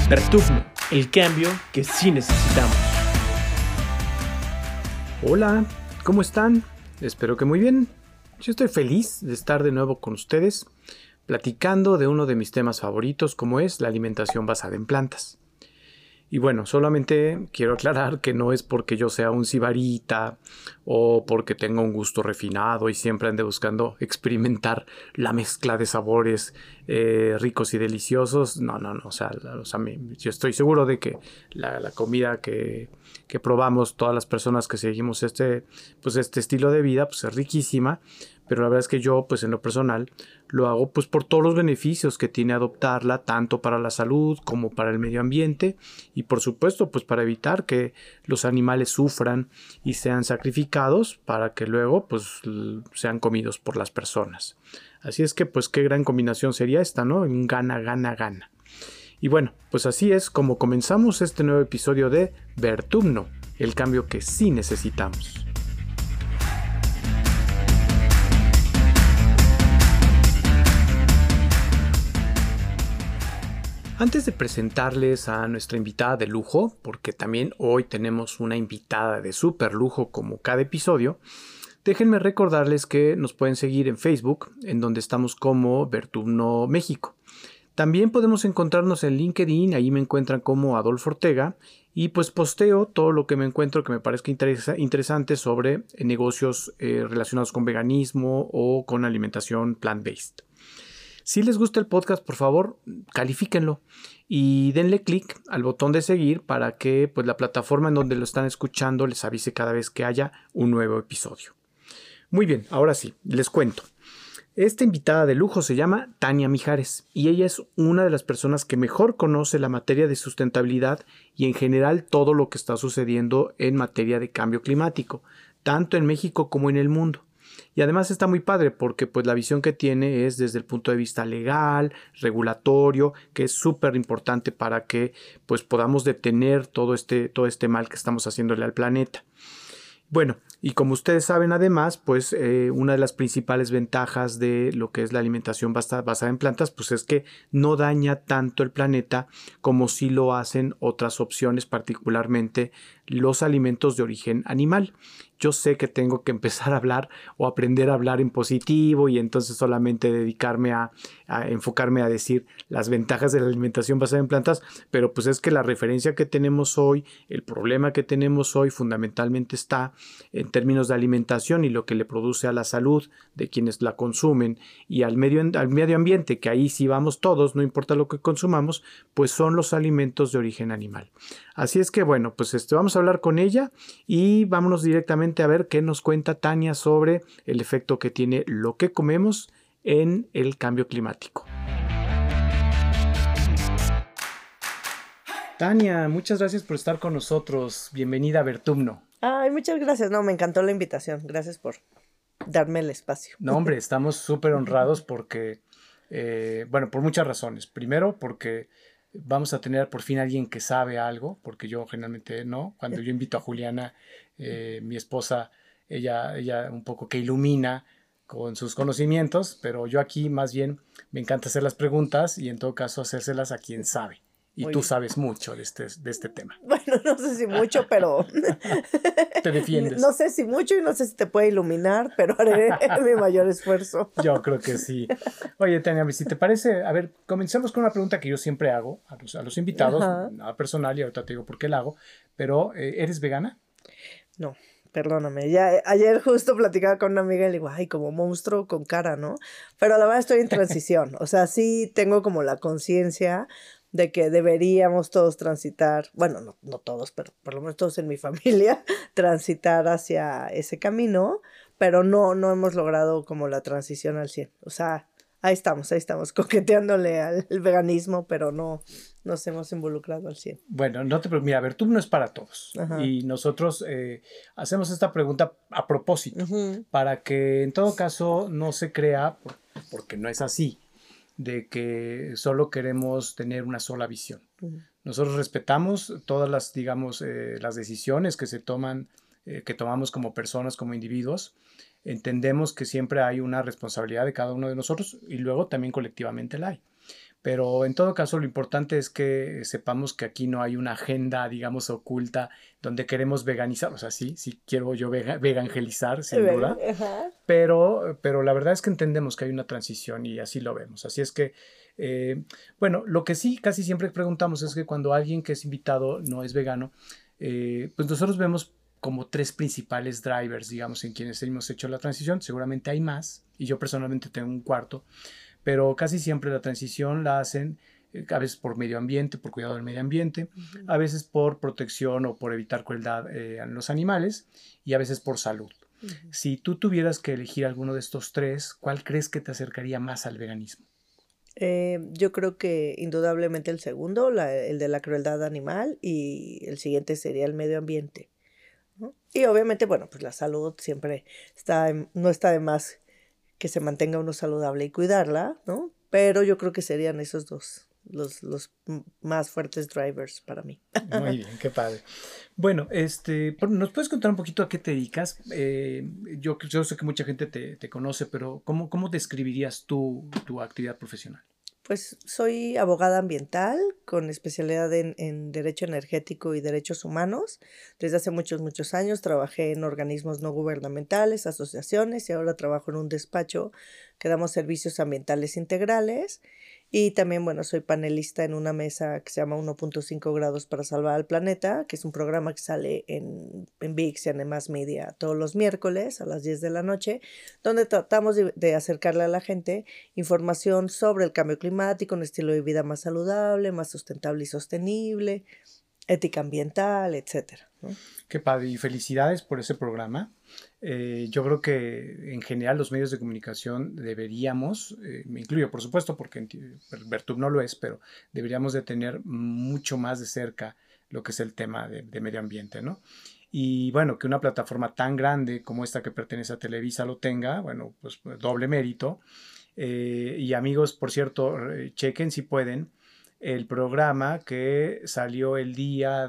Vertufno, el cambio que sí necesitamos. Hola, ¿cómo están? Espero que muy bien. Yo estoy feliz de estar de nuevo con ustedes, platicando de uno de mis temas favoritos, como es la alimentación basada en plantas. Y bueno, solamente quiero aclarar que no es porque yo sea un sibarita o porque tenga un gusto refinado y siempre ande buscando experimentar la mezcla de sabores ricos y deliciosos. No. O sea, yo estoy seguro de que la comida que probamos todas las personas que seguimos este estilo de vida, pues es riquísima. Pero la verdad es que yo, pues en lo personal, lo hago pues por todos los beneficios que tiene adoptarla, tanto para la salud como para el medio ambiente y por supuesto pues para evitar que los animales sufran y sean sacrificados para que luego pues sean comidos por las personas. Así es que pues qué gran combinación sería esta, ¿no? Gana, gana, gana. Y bueno, pues así es como comenzamos este nuevo episodio de Vertumno, el cambio que sí necesitamos. Antes de presentarles a nuestra invitada de lujo, porque también hoy tenemos una invitada de súper lujo como cada episodio, déjenme recordarles que nos pueden seguir en Facebook, en donde estamos como Vertumno México. También podemos encontrarnos en LinkedIn, ahí me encuentran como Adolfo Ortega, y pues posteo todo lo que me encuentro que me parezca interesante sobre negocios relacionados con veganismo o con alimentación plant-based. Si les gusta el podcast, por favor, califíquenlo y denle clic al botón de seguir para que pues, la plataforma en donde lo están escuchando les avise cada vez que haya un nuevo episodio. Muy bien, ahora sí, les cuento. Esta invitada de lujo se llama Tania Mijares y ella es una de las personas que mejor conoce la materia de sustentabilidad y en general todo lo que está sucediendo en materia de cambio climático, tanto en México como en el mundo. Y además está muy padre porque pues la visión que tiene es desde el punto de vista legal, regulatorio, que es súper importante para que pues podamos detener todo este mal que estamos haciéndole al planeta. Bueno, y como ustedes saben además, pues una de las principales ventajas de lo que es la alimentación basada en plantas, pues es que no daña tanto el planeta como si lo hacen otras opciones, particularmente los alimentos de origen animal. Yo sé que tengo que empezar a hablar o aprender a hablar en positivo y entonces solamente dedicarme a enfocarme a decir las ventajas de la alimentación basada en plantas, pero pues es que la referencia que tenemos hoy, el problema que tenemos hoy fundamentalmente está en términos de alimentación y lo que le produce a la salud de quienes la consumen y al medio ambiente, que ahí sí vamos todos, no importa lo que consumamos, pues son los alimentos de origen animal. Así es que bueno, pues vamos a hablar con ella y vámonos directamente a ver qué nos cuenta Tania sobre el efecto que tiene lo que comemos en el cambio climático. Tania, muchas gracias por estar con nosotros. Bienvenida a Vertumno. Ay, muchas gracias. No, me encantó la invitación. Gracias por darme el espacio. No, hombre, estamos súper honrados porque, por muchas razones. Primero, porque vamos a tener por fin alguien que sabe algo, porque yo generalmente no. Cuando yo invito a Juliana, mi esposa, ella un poco que ilumina con sus conocimientos, pero yo aquí más bien me encanta hacer las preguntas y en todo caso hacérselas a quien sabe. Y muy tú bien. Sabes mucho de este tema. Bueno, no sé si mucho, pero... Te defiendes. No sé si mucho y no sé si te puede iluminar, pero haré mi mayor esfuerzo. Yo creo que sí. Oye, Tania, si te parece, a ver, comencemos con una pregunta que yo siempre hago a los invitados, nada personal, y ahorita te digo por qué la hago, pero ¿eres vegana? No. Perdóname, ya ayer justo platicaba con una amiga y le digo, ay, como monstruo con cara, ¿no? Pero la verdad estoy en transición, o sea, sí tengo como la conciencia de que deberíamos todos transitar, bueno, no todos, pero por lo menos todos en mi familia, transitar hacia ese camino, pero no hemos logrado como la transición al 100, o sea, ahí estamos coqueteándole al veganismo, pero no nos hemos involucrado al 100. Bueno, no te preocupes, mira, Vertumno no es para todos. Ajá. Y nosotros hacemos esta pregunta a propósito, para que en todo caso no se crea, porque no es así, de que solo queremos tener una sola visión. Nosotros respetamos todas las, digamos, las decisiones que se toman, que tomamos como personas, como individuos. Entendemos que siempre hay una responsabilidad de cada uno de nosotros y luego también colectivamente la hay. Pero en todo caso, lo importante es que sepamos que aquí no hay una agenda, digamos, oculta donde queremos veganizar. O sea, sí quiero yo vegangelizar, sin duda. Ajá. Pero la verdad es que entendemos que hay una transición y así lo vemos. Así es que, bueno, lo que sí casi siempre preguntamos es que cuando alguien que es invitado no es vegano, pues nosotros vemos como tres principales drivers, digamos, en quienes hemos hecho la transición. Seguramente hay más y yo personalmente tengo un cuarto, pero casi siempre la transición la hacen a veces por medio ambiente, por cuidado del medio ambiente, a veces por protección o por evitar crueldad a los animales y a veces por salud. Si tú tuvieras que elegir alguno de estos tres, ¿cuál crees que te acercaría más al veganismo? Yo creo que indudablemente el segundo, el de la crueldad animal, y el siguiente sería el medio ambiente, ¿no? Y obviamente, bueno, pues la salud siempre no está de más que se mantenga uno saludable y cuidarla, ¿no? Pero yo creo que serían esos dos los más fuertes drivers para mí. Muy bien, qué padre. Bueno, ¿nos puedes contar un poquito a qué te dedicas? Yo sé que mucha gente te conoce, pero ¿cómo describirías tu actividad profesional? Pues soy abogada ambiental con especialidad en Derecho Energético y Derechos Humanos. Desde hace muchos años trabajé en organismos no gubernamentales, asociaciones, y ahora trabajo en un despacho que damos servicios ambientales integrales. Y también, bueno, soy panelista en una mesa que se llama 1.5 grados para salvar al planeta, que es un programa que sale en VIX y en Más Media todos los miércoles a las 10 de la noche, donde tratamos de acercarle a la gente información sobre el cambio climático, un estilo de vida más saludable, más sustentable y sostenible, ética ambiental, etcétera, ¿no? Qué padre, y felicidades por ese programa. Yo creo que en general los medios de comunicación deberíamos, me incluyo por supuesto porque Vertub no lo es, pero deberíamos de tener mucho más de cerca lo que es el tema de medio ambiente, ¿no? Y bueno, que una plataforma tan grande como esta que pertenece a Televisa lo tenga, bueno, pues doble mérito. Y amigos, por cierto, chequen si pueden el programa que salió el día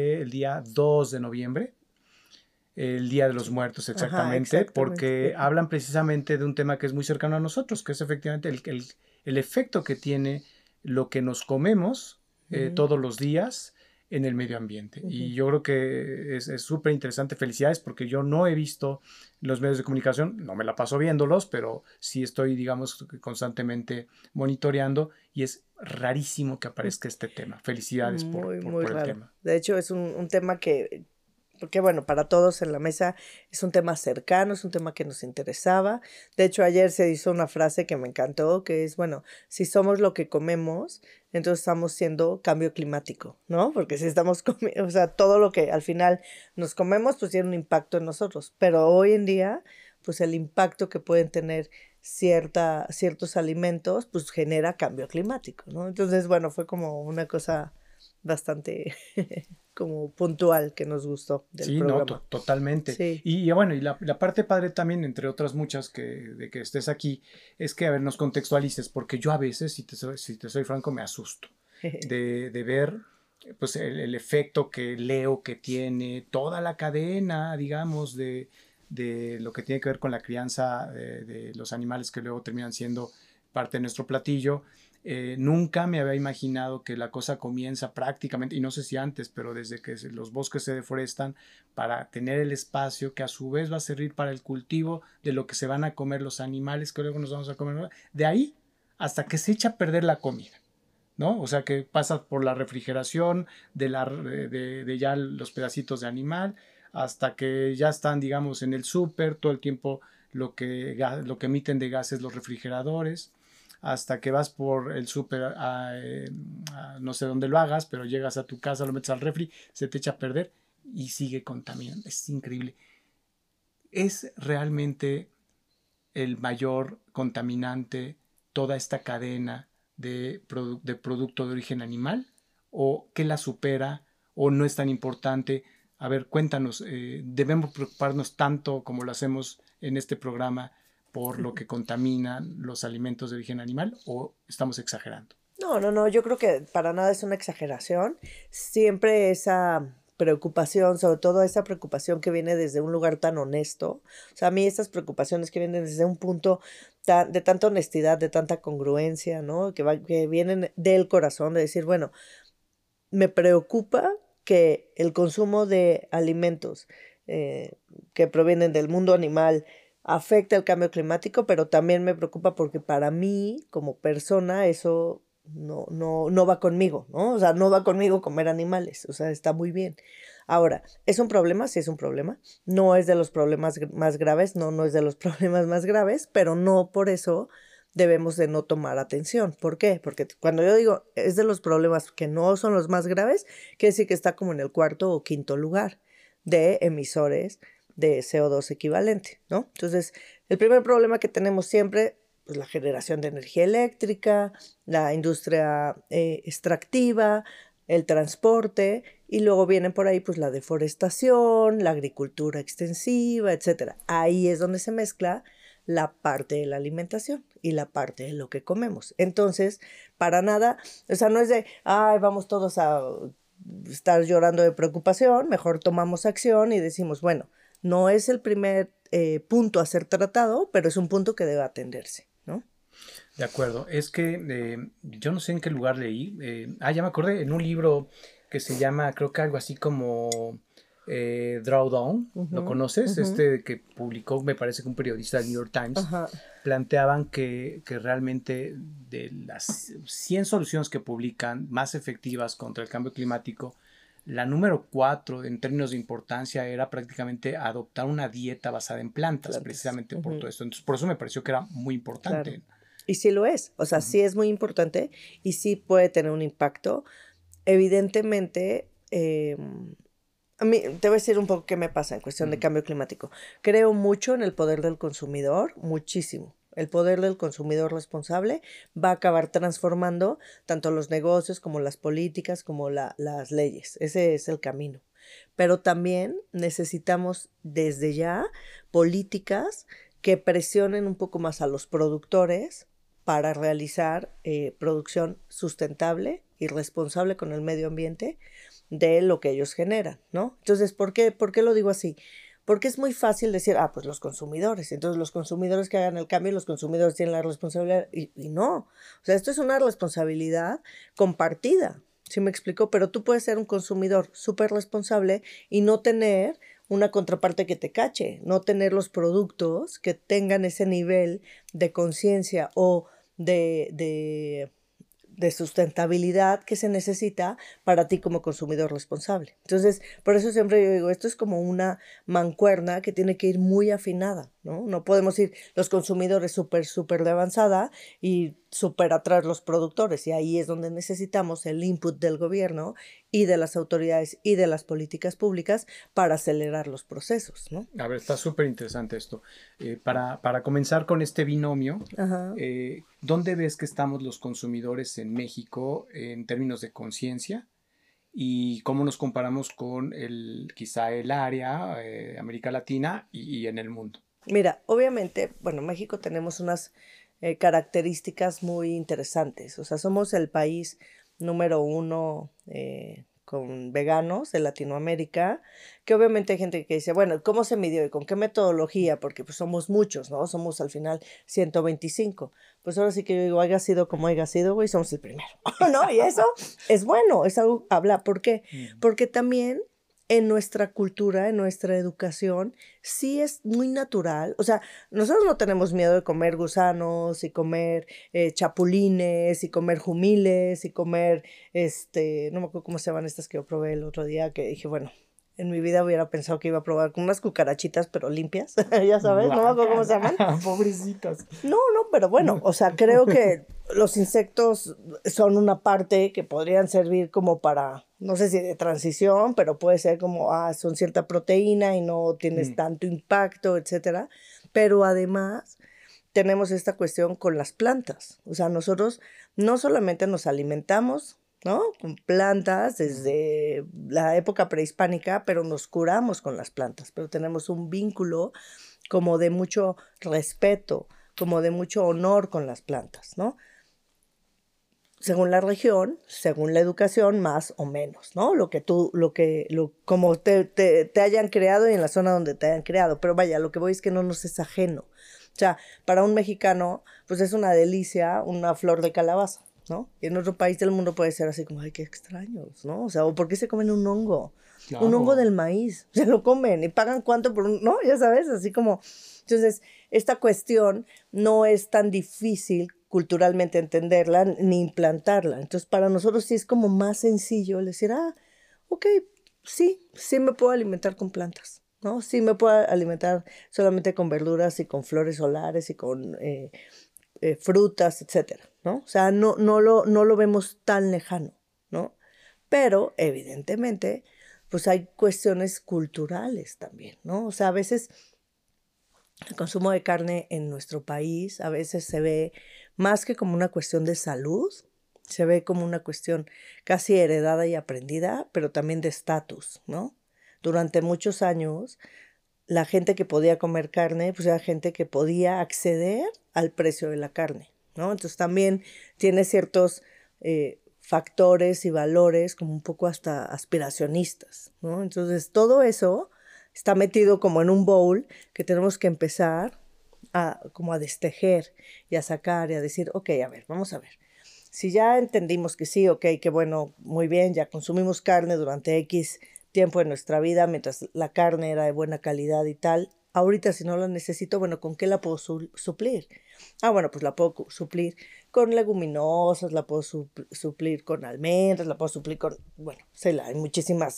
2 de noviembre, el Día de los Muertos, Ajá, exactamente, porque exactamente. hablan precisamente de un tema que es muy cercano a nosotros, que es efectivamente el efecto que tiene lo que nos comemos todos los días en el medio ambiente. Y yo creo que es súper interesante. Felicidades, porque yo no he visto los medios de comunicación, no me la paso viéndolos, pero sí estoy, digamos, constantemente monitoreando y es rarísimo que aparezca este tema. Felicidades Muy por el raro. tema. De hecho, es un tema porque bueno, para todos en la mesa es un tema cercano, es un tema que nos interesaba. De hecho, ayer se hizo una frase que me encantó, que es, bueno, si somos lo que comemos, entonces estamos siendo cambio climático, ¿no? Porque si estamos comiendo, o sea, todo lo que al final nos comemos, pues tiene un impacto en nosotros. Pero hoy en día, pues el impacto que pueden tener ciertos alimentos, pues genera cambio climático, ¿no? Entonces, bueno, fue como una cosa bastante como puntual que nos gustó del Sí, no, programa. totalmente. Sí. Y bueno, y la parte padre también, entre otras muchas de que estés aquí, es que, a ver, nos contextualices, porque yo a veces, si te soy franco, me asusto de ver pues el efecto que leo que tiene toda la cadena, digamos, de lo que tiene que ver con la crianza de los animales que luego terminan siendo parte de nuestro platillo. Nunca me había imaginado que la cosa comienza prácticamente, y no sé si antes, pero desde que los bosques se deforestan para tener el espacio que a su vez va a servir para el cultivo de lo que se van a comer los animales que luego nos vamos a comer, ¿no? De ahí hasta que se echa a perder la comida, ¿no? O sea, que pasa por la refrigeración de ya los pedacitos de animal, hasta que ya están, digamos, en el súper, todo el tiempo lo que emiten de gases los refrigeradores, hasta que vas por el súper no sé dónde lo hagas, pero llegas a tu casa, lo metes al refri, se te echa a perder y sigue contaminando. Es increíble. Es realmente el mayor contaminante toda esta cadena de producto de origen animal, o que la supera, o no es tan importante. A ver, cuéntanos, ¿debemos preocuparnos tanto como lo hacemos en este programa por lo que contaminan los alimentos de origen animal, o estamos exagerando? No, yo creo que para nada es una exageración. Siempre esa preocupación, sobre todo esa preocupación que viene desde un lugar tan honesto. O sea, a mí estas preocupaciones que vienen desde un punto de tanta honestidad, de tanta congruencia, ¿no? Que vienen del corazón, de decir, bueno, me preocupa que el consumo de alimentos que provienen del mundo animal afecte el cambio climático, pero también me preocupa porque para mí, como persona, eso no va conmigo, ¿no? O sea, no va conmigo comer animales, o sea, está muy bien. Ahora, ¿es un problema? Sí es un problema. No es de los problemas más graves, no es de los problemas más graves, pero no por eso debemos de no tomar atención. ¿Por qué? Porque cuando yo digo es de los problemas que no son los más graves, quiere decir que está como en el cuarto o quinto lugar de emisores de CO2 equivalente, ¿no? Entonces, el primer problema que tenemos siempre, pues la generación de energía eléctrica, la industria extractiva, el transporte, y luego vienen por ahí pues la deforestación, la agricultura extensiva, etcétera. Ahí es donde se mezcla la parte de la alimentación y la parte de lo que comemos. Entonces, para nada, o sea, no es de, ay, vamos todos a estar llorando de preocupación, mejor tomamos acción y decimos, bueno, no es el primer punto a ser tratado, pero es un punto que debe atenderse, ¿no? De acuerdo. Es que yo no sé en qué lugar leí. Ya me acordé, en un libro que se llama, creo que algo así como Drawdown. ¿Lo conoces? Que publicó, me parece que un periodista del New York Times. Planteaban que realmente de las 100 soluciones que publican más efectivas contra el cambio climático, la número 4 en términos de importancia era prácticamente adoptar una dieta basada en plantas. Precisamente por todo esto. Entonces, por eso me pareció que era muy importante. Claro. Y sí lo es, o sea, sí es muy importante y sí puede tener un impacto. Evidentemente, a mí te voy a decir un poco qué me pasa en cuestión de cambio climático. Creo mucho en el poder del consumidor, muchísimo. El poder del consumidor responsable va a acabar transformando tanto los negocios como las políticas, como las leyes. Ese es el camino. Pero también necesitamos desde ya políticas que presionen un poco más a los productores para realizar producción sustentable y responsable con el medio ambiente de lo que ellos generan, ¿no? Entonces, ¿por qué lo digo así? Porque es muy fácil decir, pues los consumidores, entonces los consumidores que hagan el cambio, los consumidores tienen la responsabilidad, y no. O sea, esto es una responsabilidad compartida, ¿sí me explico? Pero tú puedes ser un consumidor súper responsable y no tener una contraparte que te cache, no tener los productos que tengan ese nivel de conciencia o de sustentabilidad que se necesita para ti como consumidor responsable. Entonces, por eso siempre yo digo, esto es como una mancuerna que tiene que ir muy afinada, ¿no? No podemos ir los consumidores súper de avanzada y súper atrás los productores, y ahí es donde necesitamos el input del gobierno y de las autoridades y de las políticas públicas para acelerar los procesos, ¿no? A ver, está súper interesante esto. Para comenzar con este binomio, ¿dónde ves que estamos los consumidores en México en términos de conciencia? ¿Y cómo nos comparamos con quizá el área, América Latina y en el mundo? Mira, obviamente, bueno, en México tenemos unas características muy interesantes. O sea, somos el país número 1 con veganos de Latinoamérica, que obviamente hay gente que dice, bueno, ¿cómo se midió y con qué metodología? Porque pues somos muchos, ¿no? Somos al final 125. Pues ahora sí que yo digo, haya sido como haya sido, güey, somos el primero, ¿no? Y eso es bueno, es algo, habla. ¿Por qué? Porque también en nuestra cultura, en nuestra educación, sí es muy natural. O sea, nosotros no tenemos miedo de comer gusanos y comer chapulines y comer jumiles y comer, no me acuerdo cómo se llaman estas que yo probé el otro día, que dije, bueno, en mi vida hubiera pensado que iba a probar con unas cucarachitas, pero limpias, ya sabes, no me acuerdo cómo se llaman. Pobrecitas. No, pero bueno, o sea, creo que los insectos son una parte que podrían servir como para, no sé si de transición, pero puede ser como, son cierta proteína y no tienes tanto impacto, etcétera. Pero además tenemos esta cuestión con las plantas. O sea, nosotros no solamente nos alimentamos, ¿no? Con plantas desde la época prehispánica, pero nos curamos con las plantas, pero tenemos un vínculo como de mucho respeto, como de mucho honor con las plantas, ¿no? según la región, según la educación, más o menos, ¿no? Como te hayan creado y en la zona donde te hayan creado. Pero vaya, lo que voy es que no nos es ajeno. O sea, para un mexicano, pues es una delicia una flor de calabaza, ¿no? Y en otro país del mundo puede ser así como, ay, qué extraños, ¿no? O sea, ¿o por qué se comen un hongo? Claro. Un hongo del maíz, se lo comen y pagan cuánto por un, ¿no? Ya sabes, así como, entonces, esta cuestión no es tan difícil culturalmente entenderla ni implantarla. Entonces, para nosotros sí es como más sencillo el decir, ok, sí me puedo alimentar con plantas, ¿no? Sí me puedo alimentar solamente con verduras y con flores solares y con frutas, etcétera, ¿no? O sea, no lo vemos tan lejano, ¿no? Pero, evidentemente, pues hay cuestiones culturales también, ¿no? O sea, a veces el consumo de carne en nuestro país a veces se ve más que como una cuestión de salud, se ve como una cuestión casi heredada y aprendida, pero también de estatus, ¿no? Durante muchos años, la gente que podía comer carne, pues era gente que podía acceder al precio de la carne, ¿no? Entonces también tiene ciertos factores y valores como un poco hasta aspiracionistas, ¿no? Entonces todo eso está metido como en un bowl que tenemos que empezar como a destejer y a sacar y a decir, ok, a ver, vamos a ver. Si ya entendimos que sí, ok, que bueno, muy bien, ya consumimos carne durante X tiempo de nuestra vida, mientras la carne era de buena calidad y tal, ahorita si no la necesito, bueno, ¿con qué la puedo suplir? Bueno, pues la puedo suplir con leguminosas, la puedo suplir con almendras, la puedo suplir con, bueno, hay muchísimas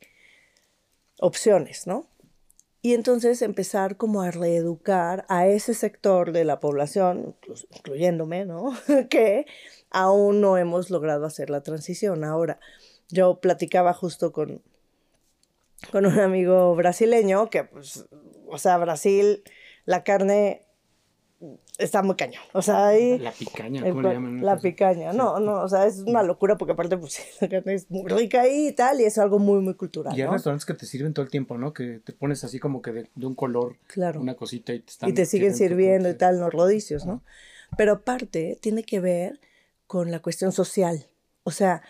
opciones, ¿no? Y entonces empezar como a reeducar a ese sector de la población, incluyéndome, ¿no? Que aún no hemos logrado hacer la transición. Ahora, yo platicaba justo con un amigo brasileño que, pues, o sea, Brasil, la carne está muy cañón. O sea, ahí... La picaña, ¿cómo le llaman? La picaña, no, o sea, es una locura porque aparte, pues, la carne es muy rica ahí y tal, y es algo muy, muy cultural, Y hay ¿no? restaurantes que te sirven todo el tiempo, ¿no? Que te pones así como que de un color, claro, una cosita y te están... y te siguen sirviendo y tal, los rodicios, ¿no? Ah. Pero aparte, tiene que ver con la cuestión social. O sea,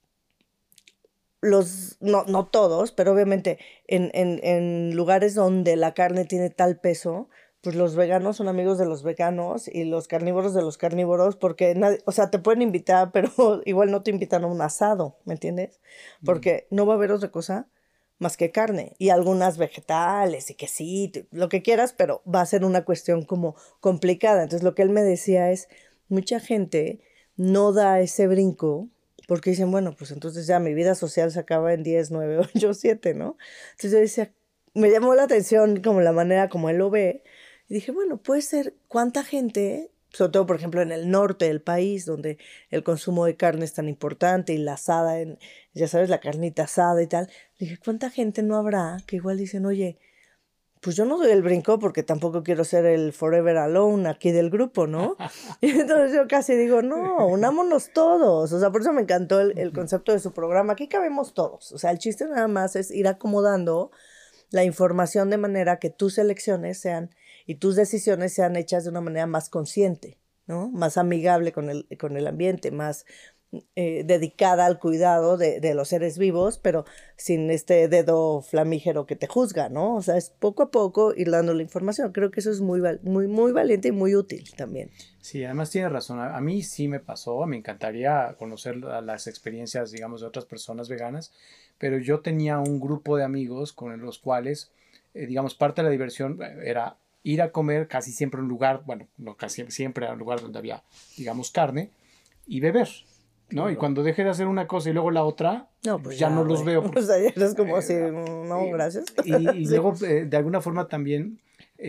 no todos, pero obviamente en lugares donde la carne tiene tal peso, pues los veganos son amigos de los veganos y los carnívoros de los carnívoros, porque nadie, o sea, te pueden invitar, pero igual no te invitan a un asado, ¿me entiendes? Porque no va a haber otra cosa más que carne y algunas vegetales y que sí, lo que quieras, pero va a ser una cuestión como complicada. Entonces lo que él me decía es, mucha gente no da ese brinco porque dicen, bueno, pues entonces ya mi vida social se acaba en 10, 9, 8, 7, ¿no? Entonces yo decía, me llamó la atención como la manera como él lo ve. Y dije, bueno, puede ser cuánta gente, sobre todo, por ejemplo, en el norte del país, donde el consumo de carne es tan importante y la asada, ya sabes, la carnita asada y tal. Dije, ¿cuánta gente no habrá que igual dicen, oye, pues yo no doy el brinco porque tampoco quiero ser el forever alone aquí del grupo, ¿no? Y entonces yo casi digo, no, unámonos todos. O sea, por eso me encantó el concepto de su programa. Aquí cabemos todos. O sea, el chiste nada más es ir acomodando la información de manera que tus elecciones sean y tus decisiones sean hechas de una manera más consciente, ¿no? Más amigable con el ambiente, más dedicada al cuidado de los seres vivos, pero sin este dedo flamígero que te juzga, ¿no? O sea, es poco a poco ir dando la información. Creo que eso es muy valiente y muy útil también. Sí, además tiene razón. A mí sí me pasó. Me encantaría conocer las experiencias, digamos, de otras personas veganas, pero yo tenía un grupo de amigos con los cuales, digamos, parte de la diversión era ir a comer casi siempre a un lugar, bueno, no casi siempre a un lugar donde había, digamos, carne y beber. ¿No? Claro. Y cuando dejé de hacer una cosa y luego la otra, no, pues ya no los veo. Porque, o sea, ya eres como así, no, gracias. Y sí. Luego, de alguna forma también,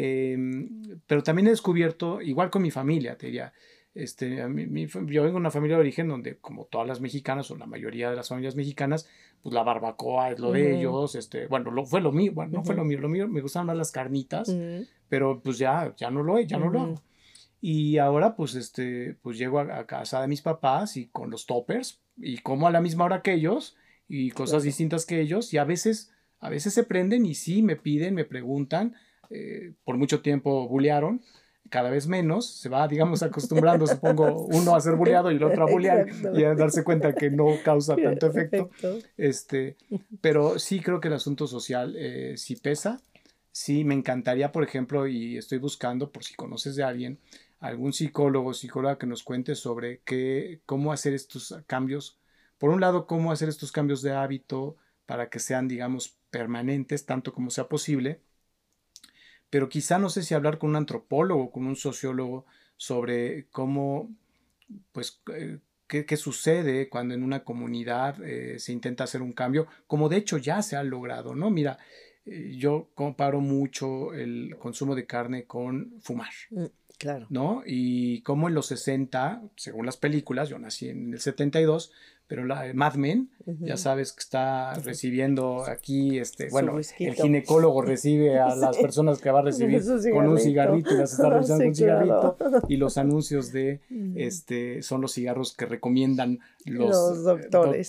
pero también he descubierto, igual con mi familia, te diría, yo vengo de una familia de origen donde, como todas las mexicanas, o la mayoría de las familias mexicanas, pues la barbacoa es lo de ellos, bueno, fue lo mío, bueno, no fue lo mío me gustaban más las carnitas, pero pues ya no lo hago. Y ahora pues pues llego a casa de mis papás y con los toppers y como a la misma hora que ellos y cosas distintas que ellos y a veces se prenden y sí me piden, me preguntan, por mucho tiempo bulearon, cada vez menos, se va, digamos, acostumbrando, supongo, uno a ser buleado y el otro a bulear y a darse cuenta que no causa tanto efecto. Pero sí creo que el asunto social sí pesa. Sí, me encantaría, por ejemplo, y estoy buscando, por si conoces de alguien, algún psicólogo o psicóloga que nos cuente sobre cómo hacer estos cambios. Por un lado, cómo hacer estos cambios de hábito para que sean, digamos, permanentes, tanto como sea posible. Pero quizá no sé si hablar con un antropólogo, con un sociólogo, sobre cómo, pues, qué sucede cuando en una comunidad se intenta hacer un cambio, como de hecho ya se ha logrado, ¿no? Mira, yo comparo mucho el consumo de carne con fumar. Claro. ¿No? Y como en los 60, según las películas, yo nací en el 72, pero la Mad Men, ya sabes que está recibiendo aquí, bueno, el ginecólogo recibe a las personas que va a recibir con un cigarrito y las está revisando con un cigarrito, y los anuncios de, son los cigarros que recomiendan los doctores.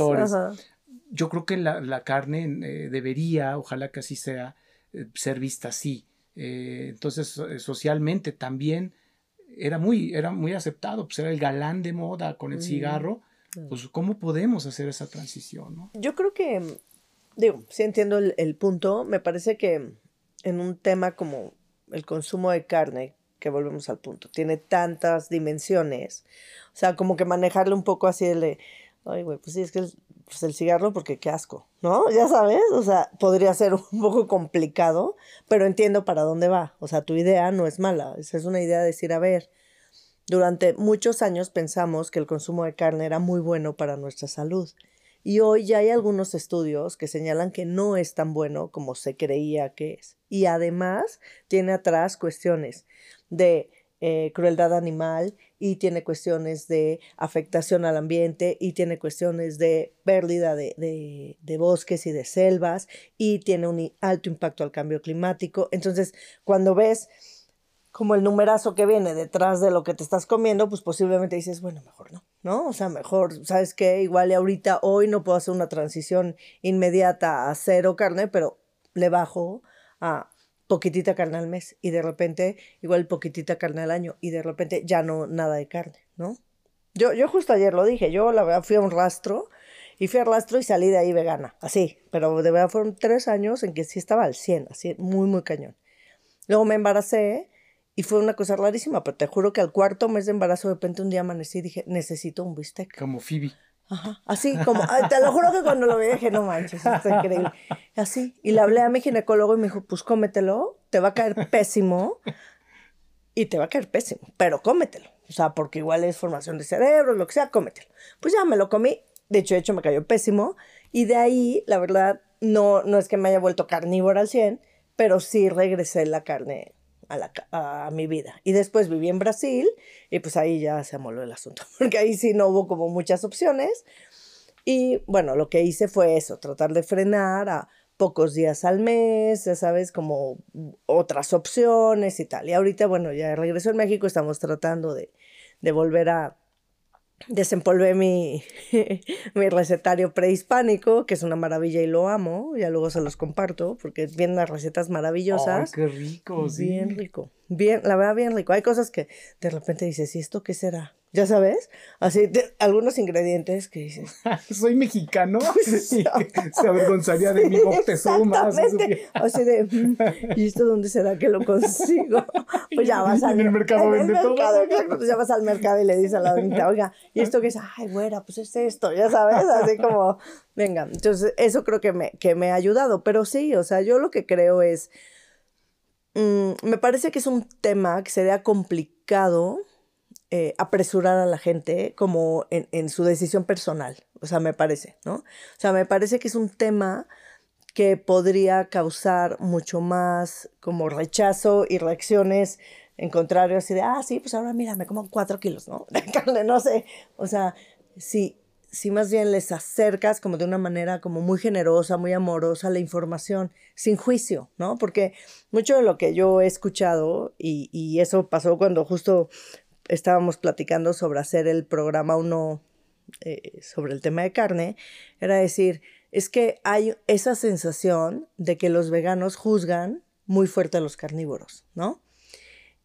Yo creo que la carne debería, ojalá que así sea, ser vista así. Entonces, socialmente también era muy aceptado, pues era el galán de moda con el cigarro. Pues, ¿cómo podemos hacer esa transición, no? Yo creo que, digo, sí entiendo el punto. Me parece que en un tema como el consumo de carne, que volvemos al punto, tiene tantas dimensiones. O sea, como que manejarle un poco así de, ay, güey, pues sí, es que el cigarro, porque qué asco, ¿no? Ya sabes, o sea, podría ser un poco complicado, pero entiendo para dónde va. O sea, tu idea no es mala, es una idea de decir, a ver, durante muchos años pensamos que el consumo de carne era muy bueno para nuestra salud. Y hoy ya hay algunos estudios que señalan que no es tan bueno como se creía que es. Y además tiene atrás cuestiones de crueldad animal, y tiene cuestiones de afectación al ambiente, y tiene cuestiones de pérdida de bosques y de selvas, y tiene un alto impacto al cambio climático. Entonces, cuando ves como el numerazo que viene detrás de lo que te estás comiendo, pues posiblemente dices, bueno, mejor no, ¿no? O sea, mejor, ¿sabes qué? Igual ahorita, hoy no puedo hacer una transición inmediata a cero carne, pero le bajo a poquitita carne al mes, y de repente igual poquitita carne al año, y de repente ya no nada de carne, ¿no? Yo justo ayer lo dije, yo la verdad fui a un rastro, y salí de ahí vegana, así, pero de verdad fueron 3 años en que sí estaba al 100, así, muy, muy cañón. Luego me embaracé, y fue una cosa rarísima, pero te juro que al 4.er mes de embarazo, de repente un día amanecí y dije, necesito un bistec. Como Phoebe. Ajá, así como, te lo juro que cuando lo vi dije, no manches, esto es increíble. Así, y le hablé a mi ginecólogo y me dijo, pues cómetelo, te va a caer pésimo, y te va a caer pésimo, pero cómetelo. O sea, porque igual es formación de cerebro, lo que sea, cómetelo. Pues ya me lo comí, de hecho me cayó pésimo, y de ahí, la verdad, no es que me haya vuelto carnívora al 100, pero sí regresé la carne a mi vida. Y después viví en Brasil, y pues ahí ya se amoló el asunto, porque ahí sí no hubo como muchas opciones. Y bueno, lo que hice fue eso, tratar de frenar a pocos días al mes, ya sabes, como otras opciones y tal. Y ahorita, bueno, ya regreso en México, estamos tratando de volver a desempolvé mi recetario prehispánico, que es una maravilla y lo amo. Ya luego se los comparto porque vienen las recetas maravillosas. ¡Ay, qué rico! Bien sí. rico. Bien, la verdad, bien rico. Hay cosas que de repente dices, ¿y esto qué será? ¿Ya sabes? Así, algunos ingredientes que dices. Soy mexicano y se avergonzaría de mi Moctezuma. Exactamente. Así de, ¿y esto dónde será que lo consigo? Pues ya vas al en el mercado vende todo. Exacto, pues ya vas al mercado y le dices a la doñita, oiga, ¿y esto qué es? Ay, güera, pues es esto, ya sabes, así como, venga. Entonces, eso creo que me ha ayudado. Pero sí, o sea, yo lo que creo es, me parece que es un tema que sería complicado apresurar a la gente como en su decisión personal, o sea, me parece, ¿no? O sea, me parece que es un tema que podría causar mucho más como rechazo y reacciones en contrario, así de, sí, pues ahora mira, me como 4 kilos, ¿no? De carne, no sé, o sea, si más bien les acercas como de una manera como muy generosa, muy amorosa la información, sin juicio, ¿no? Porque mucho de lo que yo he escuchado, y eso pasó cuando justo estábamos platicando sobre hacer el programa 1 sobre el tema de carne, era decir, es que hay esa sensación de que los veganos juzgan muy fuerte a los carnívoros, ¿no?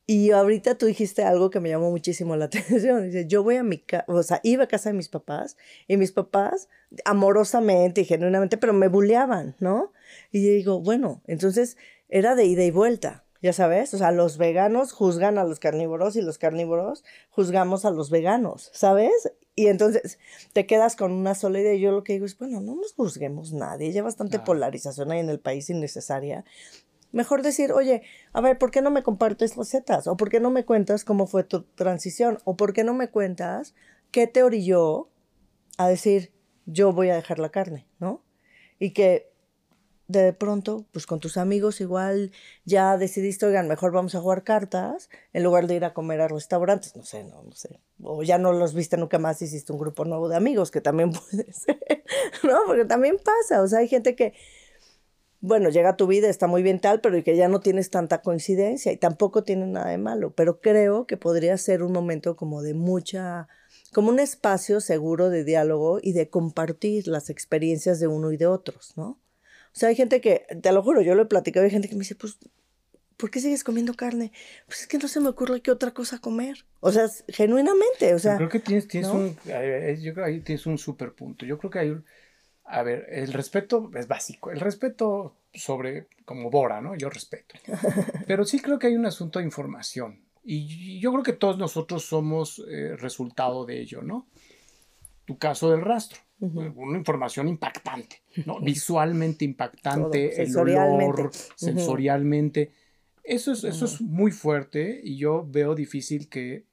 Y ahorita tú dijiste algo que me llamó muchísimo la atención. Dice, yo voy a mi casa, o sea, iba a casa de mis papás y mis papás amorosamente y genuinamente, pero me buleaban, ¿no? Y yo digo, bueno, entonces era de ida y vuelta, ya sabes. O sea, los veganos juzgan a los carnívoros y los carnívoros juzgamos a los veganos, ¿sabes? Y entonces te quedas con una sola idea. Y yo lo que digo es, bueno, no nos juzguemos nadie. Ya bastante polarización hay en el país innecesaria. Mejor decir, oye, a ver, ¿por qué no me compartes recetas? ¿O por qué no me cuentas cómo fue tu transición? ¿O por qué no me cuentas qué te orilló a decir, yo voy a dejar la carne, ¿no? Y que de pronto, pues con tus amigos igual ya decidiste, oigan, mejor vamos a jugar cartas en lugar de ir a comer a restaurantes. No sé, no sé. O ya no los viste nunca más, hiciste un grupo nuevo de amigos, que también puede ser, ¿no? Porque también pasa, o sea, hay gente que bueno, llega a tu vida, está muy bien tal, pero que ya no tienes tanta coincidencia y tampoco tiene nada de malo. Pero creo que podría ser un momento como de mucha, como un espacio seguro de diálogo y de compartir las experiencias de uno y de otros, ¿no? O sea, hay gente que, te lo juro, yo lo he platicado, hay gente que me dice, pues, ¿por qué sigues comiendo carne? Pues es que no se me ocurre qué otra cosa comer. O sea, genuinamente, o sea. Yo creo que tienes ¿no? yo creo que ahí tienes un súper punto. Yo creo que hay a ver, el respeto es básico. El respeto sobre, como Bora, ¿no? Yo respeto. Pero sí creo que hay un asunto de información. Y yo creo que todos nosotros somos resultado de ello, ¿no? Tu caso del rastro. Una información impactante, ¿no? Visualmente impactante, Todo, el olor, sensorialmente. Eso es muy fuerte y yo veo difícil que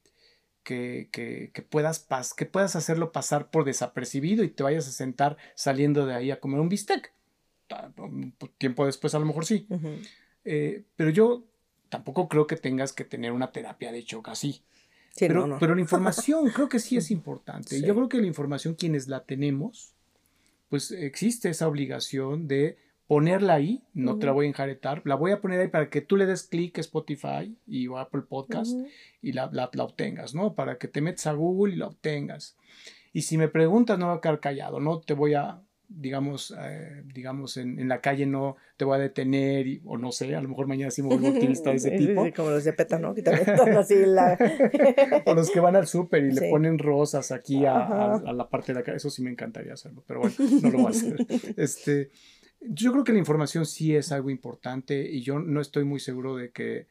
puedas hacerlo pasar por desapercibido y te vayas a sentar saliendo de ahí a comer un bistec. Tiempo después a lo mejor sí. Pero yo tampoco creo que tengas que tener una terapia de shock así. Sí, pero la información creo que sí es importante. Sí. Yo creo que la información, quienes la tenemos, pues existe esa obligación de ponerla ahí, no te la voy a enjaretar, la voy a poner ahí para que tú le des clic a Spotify y Apple Podcast y la obtengas, ¿no? Para que te metas a Google y la obtengas. Y si me preguntas, no voy a quedar callado, no te voy a, digamos en la calle no te voy a detener, o no sé, a lo mejor mañana sí me vuelvo activista de ese tipo. Sí, como los de PETA, ¿no? Que también están así o los que van al súper y le ponen rosas aquí a la parte de la calle, eso sí me encantaría hacerlo, pero bueno, no lo voy a hacer. Yo creo que la información sí es algo importante y yo no estoy muy seguro de que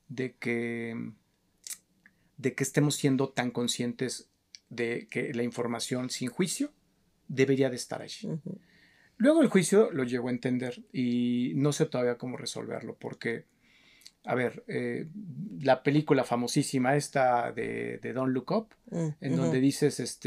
estemos siendo tan conscientes de que la información sin juicio debería de estar allí. Luego el juicio lo llego a entender y no sé todavía cómo resolverlo porque, a ver, la película famosísima esta de Don't Look Up, en donde dices,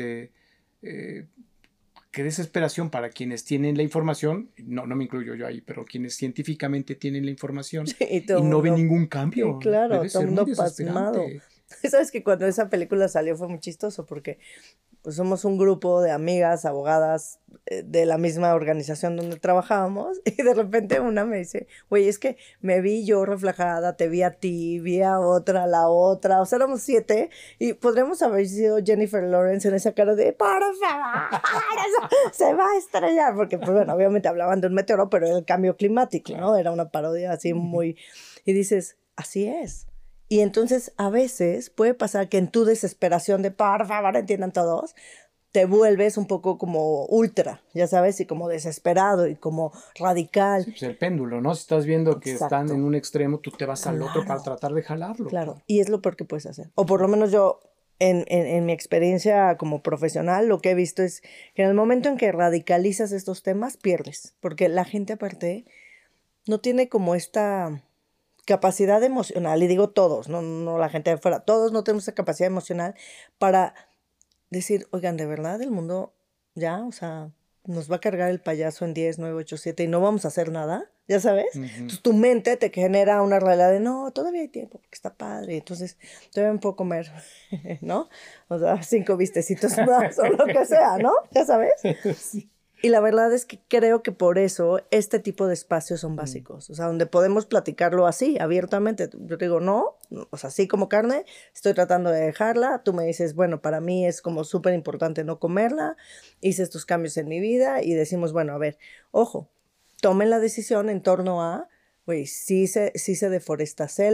qué desesperación para quienes tienen la información, no me incluyo yo ahí, pero quienes científicamente tienen la información y no ven ningún cambio. Sí, claro, debe ser muy pasmado. Sabes que cuando esa película salió fue muy chistoso porque pues somos un grupo de amigas, abogadas de la misma organización donde trabajábamos y de repente una me dice, güey, es que me vi yo reflejada, te vi a ti, vi a otra, la otra, o sea, éramos 7 y podríamos haber sido Jennifer Lawrence en esa cara de, por favor, se va a estrellar, porque pues bueno, obviamente hablaban de un meteoro, pero era el cambio climático, ¿no? Era una parodia así muy, y dices, así es. Y entonces a veces puede pasar que en tu desesperación de por favor entiendan todos, te vuelves un poco como ultra, ya sabes, y como desesperado y como radical. Sí, pues el péndulo, ¿no? Si estás viendo que están en un extremo, tú te vas al otro para tratar de jalarlo. Claro, y es lo peor que puedes hacer. O por lo menos yo, en mi experiencia como profesional, lo que he visto es que en el momento en que radicalizas estos temas, pierdes. Porque la gente aparte no tiene como esta capacidad emocional, y digo todos, no la gente de afuera, todos no tenemos esa capacidad emocional para decir, oigan, de verdad el mundo ya, o sea, nos va a cargar el payaso en 10, 9, 8, 7 y no vamos a hacer nada, ¿ya sabes? Entonces tu mente te genera una realidad de, no, todavía hay tiempo porque está padre, entonces todavía me puedo comer, ¿no? O sea, 5 vistecitos más o lo que sea, ¿no? ¿Ya sabes? Sí. Y la verdad es que creo que por eso este tipo de espacios son básicos. O sea, donde podemos platicarlo así, abiertamente. Yo digo, no, o sea, sí como carne, estoy tratando de dejarla. Tú me dices, bueno, para mí es como súper importante no comerla. Hice estos cambios en mi vida y decimos, bueno, a ver, ojo, tomen la decisión en torno a, güey, sí se deforesta selva,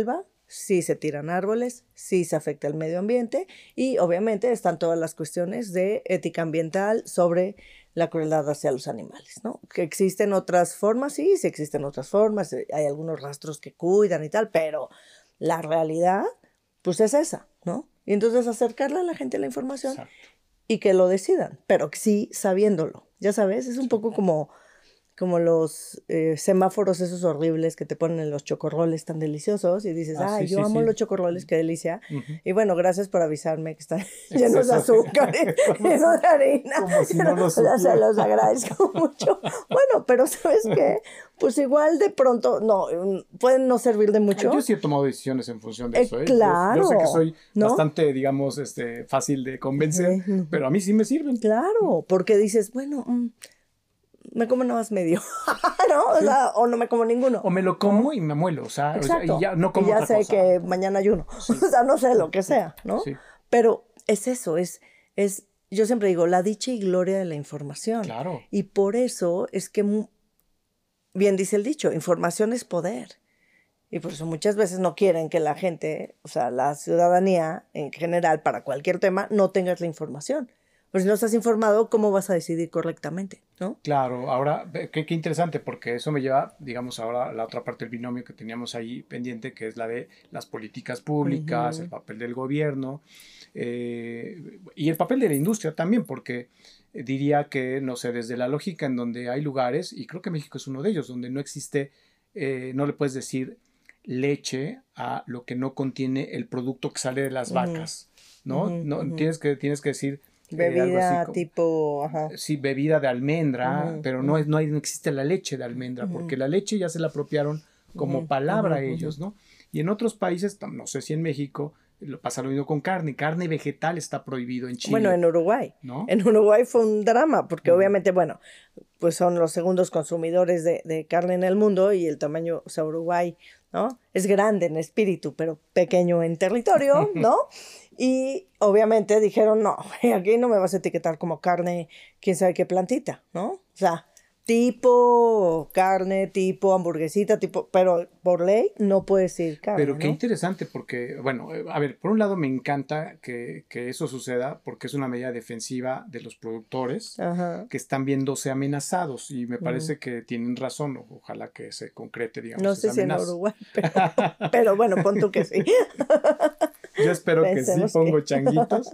sí se tiran árboles, sí se afecta el medio ambiente y obviamente están todas las cuestiones de ética ambiental sobre la crueldad hacia los animales, ¿no? Que existen otras formas, sí existen otras formas, hay algunos rastros que cuidan y tal, pero la realidad, pues es esa, ¿no? Y entonces acercarle a la gente la información. Exacto. Y que lo decidan, pero sí sabiéndolo, ya sabes, es un poco como los semáforos esos horribles que te ponen en los chocorroles tan deliciosos y dices, ay, yo amo los chocorroles, qué delicia. Y bueno, gracias por avisarme que están llenos de azúcar y llenos de harina. Como si no lo supiera. Se los agradezco mucho. Bueno, pero ¿sabes qué? Pues igual de pronto, no, pueden no servir de mucho. Yo sí he tomado decisiones en función de eso, ¿eh? Claro. Yo sé que soy bastante, digamos, fácil de convencer, pero a mí sí me sirven. Claro, porque dices, bueno... me como nada más medio, ¿no? O sea, o no me como ninguno. O me lo como y me muelo, o sea, y ya no como y ya otra sé cosa. que mañana ayuno. Sí. O sea, no sé lo que sea, ¿no? Sí. Pero es eso, yo siempre digo, la dicha y gloria de la información. Claro. Y por eso es que, bien dice el dicho, información es poder. Y por eso muchas veces no quieren que la gente, o sea, la ciudadanía en general, para cualquier tema, no tengas la información. Pero si no estás informado, ¿cómo vas a decidir correctamente? ¿No? Claro, ahora, qué interesante, porque eso me lleva, digamos, ahora a la otra parte del binomio que teníamos ahí pendiente, que es la de las políticas públicas, el papel del gobierno y el papel de la industria también, porque diría que, no sé, desde la lógica en donde hay lugares, y creo que México es uno de ellos, donde no existe, no le puedes decir leche a lo que no contiene el producto que sale de las vacas, ¿no? Tienes que decir... bebida como, tipo... Ajá. Sí, bebida de almendra, pero no existe la leche de almendra, porque la leche ya se la apropiaron como palabra a ellos, ¿no? Y en otros países, no sé si en México, pasa lo mismo con carne vegetal está prohibido en Chile. Bueno, en Uruguay, ¿no? En Uruguay fue un drama, porque obviamente, bueno, pues son los segundos consumidores de carne en el mundo y el tamaño, o sea, Uruguay, ¿no? Es grande en espíritu, pero pequeño en territorio, ¿no? Y obviamente dijeron, no, aquí no me vas a etiquetar como carne, quién sabe qué plantita, ¿no? O sea, tipo carne, tipo hamburguesita, pero por ley no puede decir carne. Pero qué interesante porque, bueno, a ver, por un lado me encanta que eso suceda porque es una medida defensiva de los productores que están viéndose amenazados y me parece que tienen razón, ojalá que se concrete, digamos, no sé esa si amenaza. En Uruguay, pero bueno, pon tú que sí. Yo espero que sí, pongo changuitos.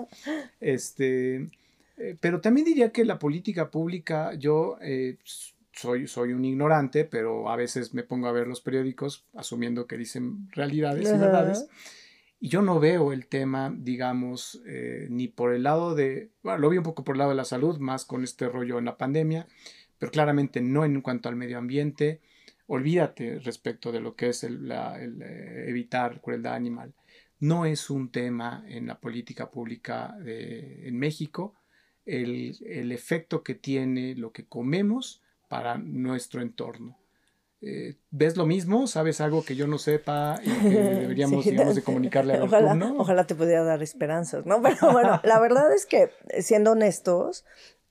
Pero también diría que la política pública, yo soy un ignorante, pero a veces me pongo a ver los periódicos asumiendo que dicen realidades y verdades. Y yo no veo el tema, digamos, ni por el lado de... Bueno, lo vi un poco por el lado de la salud, más con este rollo en la pandemia, pero claramente no en cuanto al medio ambiente. Olvídate respecto de lo que es el evitar crueldad animal. No es un tema en la política pública en México el efecto que tiene lo que comemos para nuestro entorno. ¿Ves lo mismo? ¿Sabes algo que yo no sepa y que deberíamos, digamos, de comunicarle al alumno? Ojalá te pudiera dar esperanzas, ¿no? Pero bueno, la verdad es que, siendo honestos,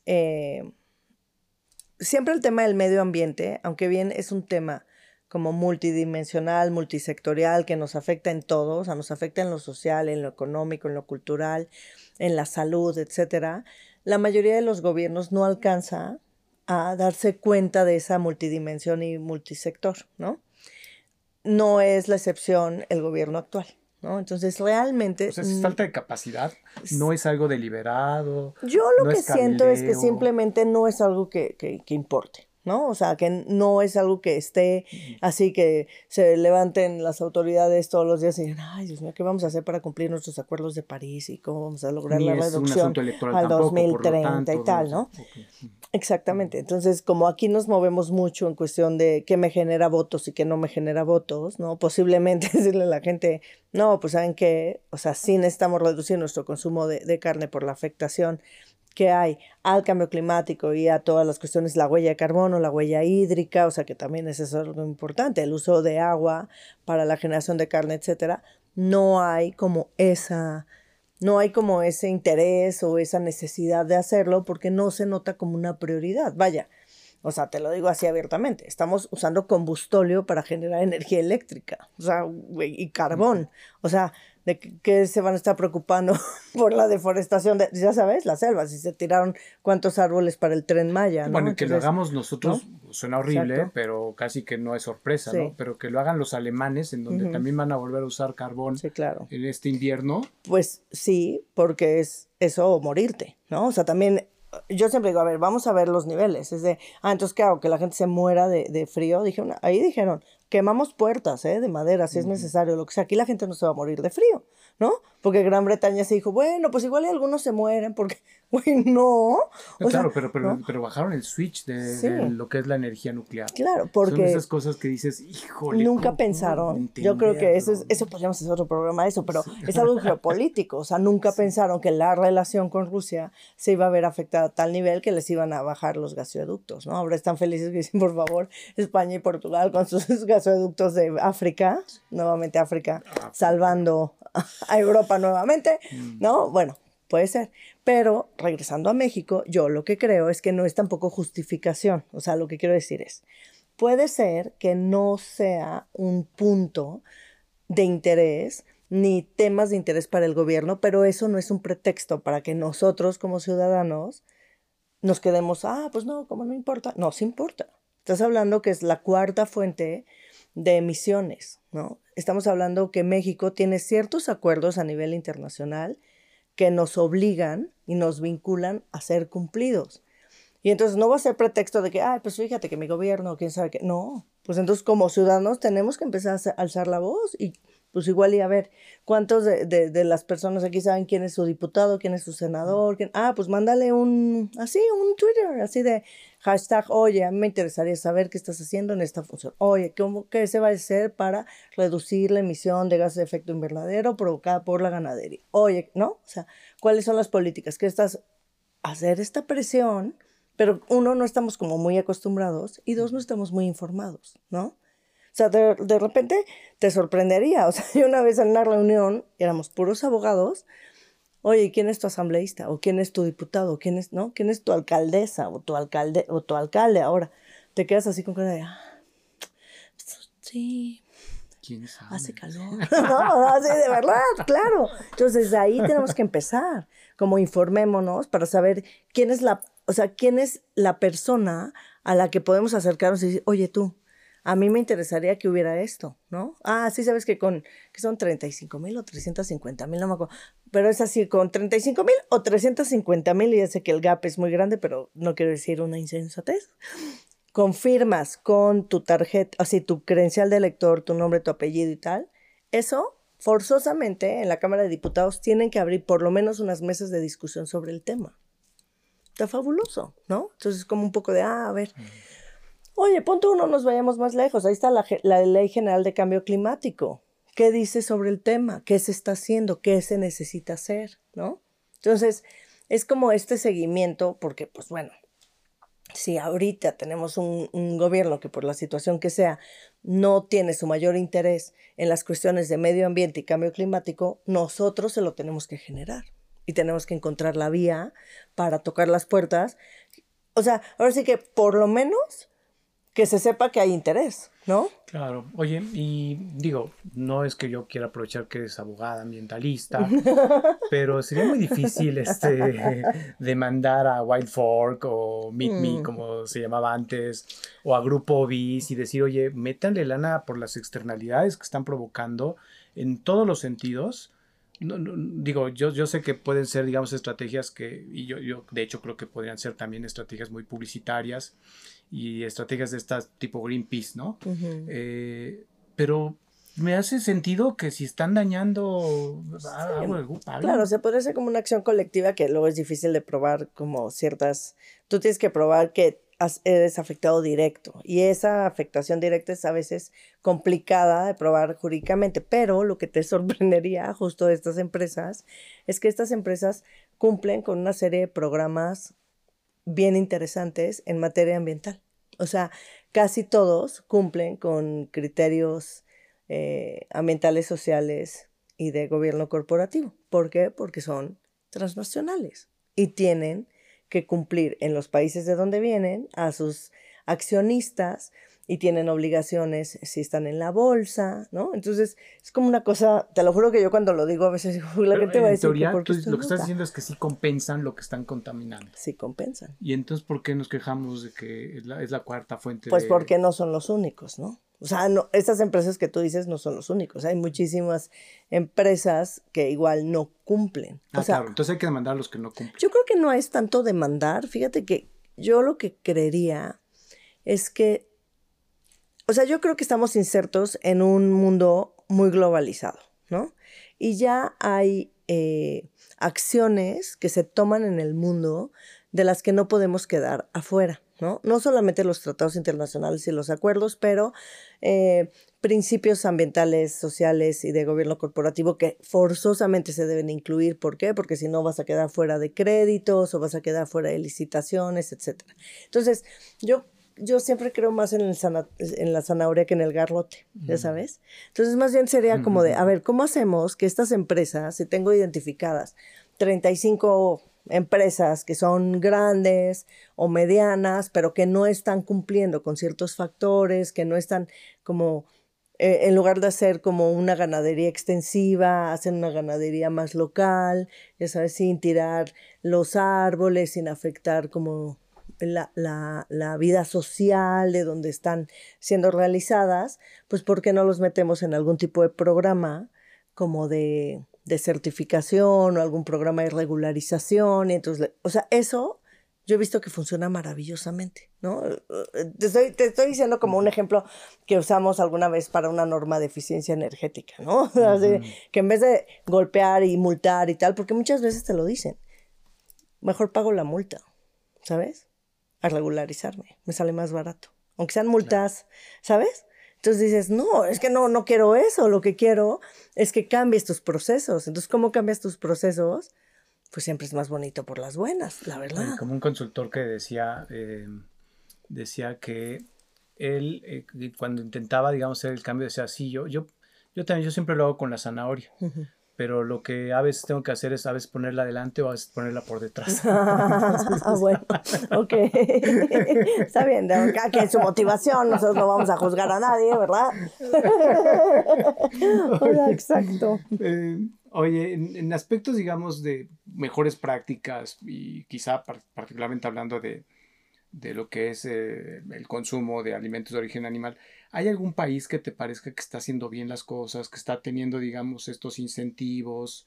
siempre el tema del medio ambiente, aunque bien es un tema como multidimensional, multisectorial, que nos afecta en todo, o sea, nos afecta en lo social, en lo económico, en lo cultural, en la salud, etcétera, la mayoría de los gobiernos no alcanza a darse cuenta de esa multidimensión y multisector, ¿no? No es la excepción el gobierno actual, ¿no? Entonces, realmente... O sea, es falta de capacidad, no es algo deliberado. Yo lo que siento es que simplemente no es algo que importe, ¿no? O sea, que no es algo que esté así que se levanten las autoridades todos los días y digan, ay, Dios mío, ¿qué vamos a hacer para cumplir nuestros acuerdos de París y cómo vamos a lograr la reducción al 2030 y tal, ¿no? Okay. Exactamente. Entonces, como aquí nos movemos mucho en cuestión de qué me genera votos y qué no me genera votos, ¿no? Posiblemente decirle a la gente, no, pues ¿saben qué? O sea, sí necesitamos reducir nuestro consumo de carne por la afectación que hay al cambio climático y a todas las cuestiones, la huella de carbono, la huella hídrica, o sea que también es eso algo importante, el uso de agua para la generación de carne, etcétera. No hay como ese interés o esa necesidad de hacerlo porque no se nota como una prioridad. Vaya, O sea, te lo digo así abiertamente. Estamos usando combustóleo para generar energía eléctrica. O sea, güey, y carbón. O sea, ¿de qué se van a estar preocupando por la deforestación de, ya sabes, las selvas? Y se tiraron cuántos árboles para el Tren Maya, ¿no? Bueno, y que lo Entonces, hagamos nosotros, ¿no? suena horrible, Exacto. pero casi que no es sorpresa, Sí. ¿no? Pero que lo hagan los alemanes, en donde también van a volver a usar carbón Sí, claro. en este invierno. Pues sí, porque es eso o morirte, ¿no? O sea, también yo siempre digo, a ver, vamos a ver los niveles. Es de, entonces, ¿qué hago? Que la gente se muera de frío. Dijeron, ahí dijeron, quemamos puertas, de madera, si es necesario, lo que sea. Aquí la gente no se va a morir de frío, ¿no? Porque Gran Bretaña se dijo, bueno, pues igual y algunos se mueren, porque, güey, no. No, claro, Sea, ¿no? pero bajaron el switch Sí. de lo que es la energía nuclear. Claro, Son porque esas cosas que dices, híjole. nunca pensaron, yo creo que eso podríamos hacer otro programa de eso, pero es algo geopolítico, o sea, nunca pensaron que la relación con Rusia se iba a ver afectada a tal nivel que les iban a bajar los gasoductos, ¿no? Ahora están felices que dicen, por favor, España y Portugal con sus gasoductos de África, nuevamente África, salvando a Europa nuevamente, ¿no? Bueno, puede ser. Pero regresando a México, yo lo que creo es que no es tampoco justificación. O sea, lo que quiero decir es, puede ser que no sea un punto de interés ni temas de interés para el gobierno, pero eso no es un pretexto para que nosotros como ciudadanos nos quedemos, pues no, como no importa. No, sí importa. Estás hablando que es la cuarta fuente de emisiones, ¿no? Estamos hablando que México tiene ciertos acuerdos a nivel internacional que nos obligan y nos vinculan a ser cumplidos. Y entonces no va a ser pretexto de que, pues fíjate que mi gobierno, quién sabe qué. No, pues entonces como ciudadanos tenemos que empezar a alzar la voz y pues igual y a ver, ¿cuántos de las personas aquí saben quién es su diputado, quién es su senador? Pues mándale un Twitter, así de hashtag, oye, a mí me interesaría saber qué estás haciendo en esta función. Oye, ¿qué se va a hacer para reducir la emisión de gases de efecto invernadero provocada por la ganadería? Oye, ¿no? O sea, ¿cuáles son las políticas? ¿Qué estás hacer esta presión? Pero uno, no estamos como muy acostumbrados y dos, no estamos muy informados, ¿no? O sea, de repente te sorprendería. O sea, yo una vez en una reunión éramos puros abogados. Oye, ¿quién es tu asambleísta? ¿O quién es tu diputado? ¿Quién es, no? ¿Quién es tu alcaldesa? ¿O tu alcalde? ¿O tu alcalde? Ahora, te quedas así con cara de, sí, ¿Quién sabe? hace calor. No, así de verdad, claro. Entonces, de ahí tenemos que empezar. Como informémonos para saber quién es la persona a la que podemos acercarnos y decir, oye, tú, a mí me interesaría que hubiera esto, ¿no? Sí sabes que son 35,000 o 350,000, no me acuerdo. Pero es así, con 35,000 o 350,000, y ya sé que el gap es muy grande, pero no quiero decir una insensatez. Confirmas con tu tarjeta, así tu credencial de elector, tu nombre, tu apellido y tal. Eso, forzosamente, en la Cámara de Diputados tienen que abrir por lo menos unas mesas de discusión sobre el tema. Está fabuloso, ¿no? Entonces es como un poco de, a ver... Oye, punto uno, nos vayamos más lejos. Ahí está la Ley General de Cambio Climático. ¿Qué dice sobre el tema? ¿Qué se está haciendo? ¿Qué se necesita hacer? ¿No? Entonces, es como este seguimiento, porque, pues bueno, si ahorita tenemos un gobierno que por la situación que sea no tiene su mayor interés en las cuestiones de medio ambiente y cambio climático, nosotros se lo tenemos que generar. Y tenemos que encontrar la vía para tocar las puertas. O sea, ahora sí que por lo menos... que se sepa que hay interés, ¿no? Claro, oye, y digo, no es que yo quiera aprovechar que eres abogada ambientalista, pero sería muy difícil demandar a Wild Fork o Meet Me, como se llamaba antes, o a Grupo Bis y decir, oye, métanle lana por las externalidades que están provocando en todos los sentidos. No, digo, yo sé que pueden ser, digamos, estrategias y yo de hecho creo que podrían ser también estrategias muy publicitarias y estrategias de estas tipo Greenpeace, ¿no? Pero me hace sentido que si están dañando algo, claro, se podría hacer como una acción colectiva que luego es difícil de probar como ciertas... Tú tienes que probar que eres afectado directo y esa afectación directa es a veces complicada de probar jurídicamente, pero lo que te sorprendería justo de estas empresas es que estas empresas cumplen con una serie de programas bien interesantes en materia ambiental. O sea, casi todos cumplen con criterios ambientales, sociales y de gobierno corporativo. ¿Por qué? Porque son transnacionales y tienen que cumplir en los países de donde vienen a sus accionistas y tienen obligaciones si están en la bolsa, ¿no? Entonces, es como una cosa, te lo juro que yo cuando lo digo a veces digo, la gente va a decir teoría, que porque lo que estás diciendo es que sí compensan lo que están contaminando. Sí compensan. Y entonces, ¿por qué nos quejamos de que es la cuarta fuente Pues porque no son los únicos, ¿no? O sea, no, estas empresas que tú dices no son los únicos. Hay muchísimas empresas que igual no cumplen. O sea, claro, entonces hay que demandar a los que no cumplen. Yo creo que no es tanto demandar. Fíjate que yo lo que creería es que, o sea, yo creo que estamos insertos en un mundo muy globalizado, ¿no? Y ya hay acciones que se toman en el mundo de las que no podemos quedar afuera, ¿no? No solamente los tratados internacionales y los acuerdos, pero principios ambientales, sociales y de gobierno corporativo que forzosamente se deben incluir. ¿Por qué? Porque si no vas a quedar fuera de créditos o vas a quedar fuera de licitaciones, etc. Entonces, yo siempre creo más en la zanahoria que en el garrote, ¿ya sabes? Entonces, más bien sería como de, a ver, ¿cómo hacemos que estas empresas, si tengo identificadas 35 empresas que son grandes o medianas, pero que no están cumpliendo con ciertos factores, que no están como, en lugar de hacer como una ganadería extensiva, hacen una ganadería más local, ya sabes, sin tirar los árboles, sin afectar como la vida social de donde están siendo realizadas, pues ¿por qué no los metemos en algún tipo de programa como de certificación o algún programa de regularización? Y entonces, o sea, eso yo he visto que funciona maravillosamente, ¿no? Te estoy diciendo como un ejemplo que usamos alguna vez para una norma de eficiencia energética, ¿no? Así, que en vez de golpear y multar y tal, porque muchas veces te lo dicen, mejor pago la multa, ¿sabes? A regularizarme, me sale más barato. Aunque sean multas, ¿sabes? Entonces dices, no, es que no quiero eso, lo que quiero es que cambies tus procesos. Entonces, ¿cómo cambias tus procesos? Pues siempre es más bonito por las buenas, la verdad. Como un consultor que decía que él, cuando intentaba, digamos, hacer el cambio, decía, sí, yo también, yo siempre lo hago con la zanahoria. Pero lo que a veces tengo que hacer es a veces ponerla adelante o a veces ponerla por detrás. Bueno, ok. Está bien, cada quien su motivación, nosotros no vamos a juzgar a nadie, ¿verdad? Hola, exacto. Oye, en aspectos, digamos, de mejores prácticas y quizá particularmente hablando de lo que es el consumo de alimentos de origen animal, ¿hay algún país que te parezca que está haciendo bien las cosas, que está teniendo, digamos, estos incentivos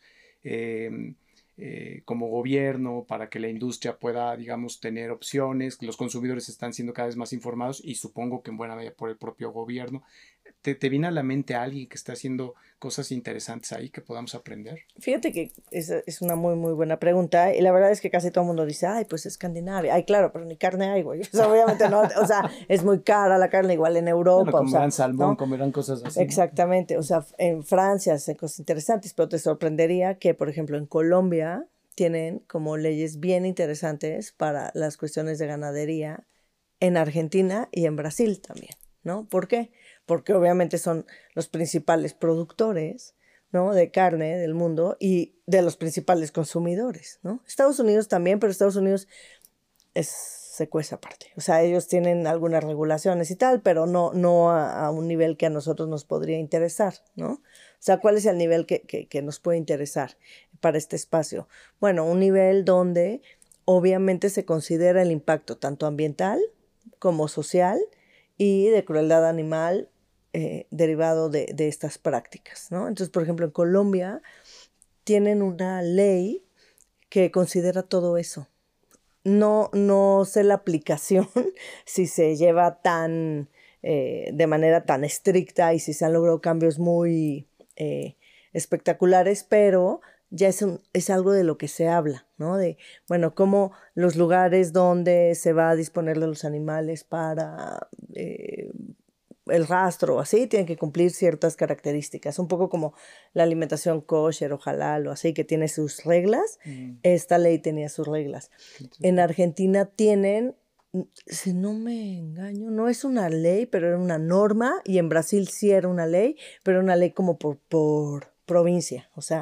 como gobierno para que la industria pueda, digamos, tener opciones, que los consumidores están siendo cada vez más informados y supongo que en buena medida por el propio gobierno? ¿Te viene a la mente alguien que está haciendo cosas interesantes ahí que podamos aprender? Fíjate que es una muy, muy buena pregunta y la verdad es que casi todo el mundo dice, ay, pues Escandinavia. Ay, claro, pero ni carne hay, güey. O sea, obviamente no, o sea, es muy cara la carne igual en Europa. Bueno, comerán o sea, salmón, ¿no? comerán cosas así. Exactamente, ¿no? O sea, en Francia hacen cosas interesantes, pero te sorprendería que, por ejemplo, en Colombia tienen como leyes bien interesantes para las cuestiones de ganadería, en Argentina y en Brasil también, ¿no? ¿Por qué? Porque obviamente son los principales productores, ¿no? De carne del mundo y de los principales consumidores, ¿no? Estados Unidos también, pero Estados Unidos se cuece aparte. O sea, ellos tienen algunas regulaciones y tal, pero no a un nivel que a nosotros nos podría interesar, ¿no? O sea, ¿cuál es el nivel que nos puede interesar para este espacio? Bueno, un nivel donde obviamente se considera el impacto tanto ambiental como social y de crueldad animal derivado de estas prácticas, ¿no? Entonces, por ejemplo, en Colombia tienen una ley que considera todo eso. No sé la aplicación, si se lleva de manera tan estricta y si se han logrado cambios muy espectaculares, pero ya es algo de lo que se habla, ¿no? De, bueno, cómo los lugares donde se va a disponer de los animales para el rastro, así, tienen que cumplir ciertas características, un poco como la alimentación kosher o halal o así, que tiene sus reglas. Esta ley tenía sus reglas. En Argentina tienen, si no me engaño, no es una ley, pero era una norma, y en Brasil sí era una ley, pero era una ley como por provincia, o sea,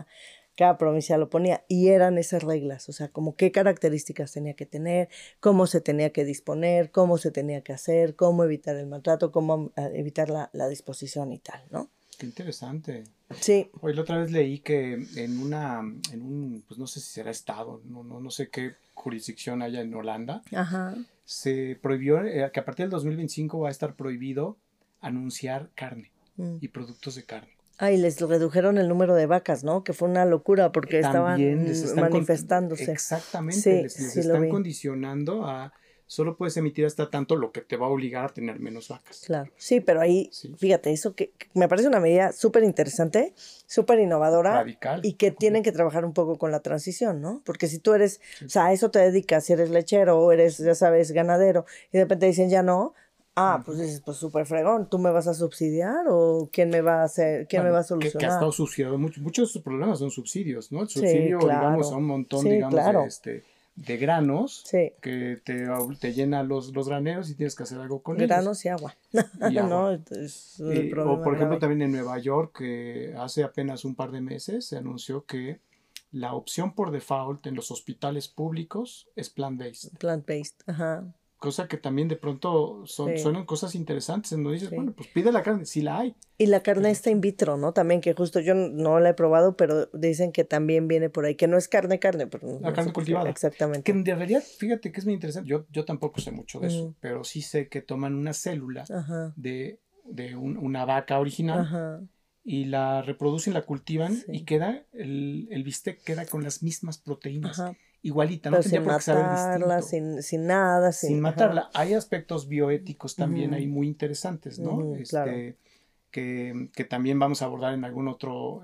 cada provincia lo ponía y eran esas reglas, o sea, como qué características tenía que tener, cómo se tenía que disponer, cómo se tenía que hacer, cómo evitar el maltrato, cómo evitar la disposición y tal, ¿no? Qué interesante. Sí. Hoy la otra vez leí que pues no sé si será estado, no sé qué jurisdicción haya en Holanda, Ajá. se prohibió que a partir del 2025 va a estar prohibido anunciar carne y productos de carne. Ah, y les redujeron el número de vacas, ¿no? Que fue una locura porque También les estaban manifestándose. exactamente, Sí, les sí lo están vi. condicionando a solo puedes emitir hasta tanto, lo que te va a obligar a tener menos vacas. Claro, sí, pero ahí, Sí. fíjate, eso que me parece una medida súper interesante, súper innovadora. Radical. Y que tienen que trabajar un poco con la transición, ¿no? Porque si tú eres, o sea, a eso te dedicas, si eres lechero o eres, ya sabes, ganadero, y de repente dicen ya no, pues dices, pues súper fregón, ¿tú me vas a subsidiar o quién me va a hacer, quién me va a Que ha solucionar? estado subsidiado muchos de sus problemas son subsidios, ¿no? El Sí, subsidio, claro. digamos, a un montón, Sí, digamos, claro. de granos Sí. que te llena los graneros y tienes que hacer algo con ellos. Granos y agua. Y agua. No, es el problema o por ejemplo grave. también en Nueva York, que hace apenas un par de meses se anunció que la opción por default en los hospitales públicos es plant-based. Plant-based, ajá. Cosa que también de pronto Sí. suenan cosas interesantes, en donde dices, Sí. bueno, pues pide la carne, si la hay. Y la carne está in vitro, ¿no? También que justo yo no la he probado, pero dicen que también viene por ahí, que no es carne, pero La no carne sé cultivada. exactamente. Que en realidad, fíjate que es muy interesante. Yo tampoco sé mucho de eso, pero sí sé que toman una célula Ajá. de una vaca original Ajá. y la reproducen, la cultivan Sí. y queda, el bistec queda con las mismas proteínas. Ajá. Igualita, no Pero tendría sin por qué saber matarla, distinto. sin nada, Sin matarla. Hay aspectos bioéticos también ahí muy interesantes, ¿no? Claro. Que también vamos a abordar en algún otro,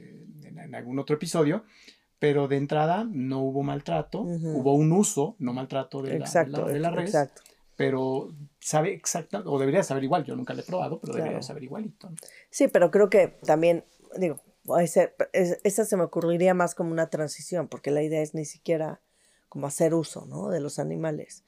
en algún otro episodio. Pero de entrada no hubo maltrato, hubo un uso, no maltrato de la res, exacto. pero sabe exacta, o debería saber igual, yo nunca lo he probado, pero debería saber igualito, ¿no? Sí, pero creo que también, digo, esa se me ocurriría más como una transición, porque la idea es ni siquiera como hacer uso, ¿no? De los animales.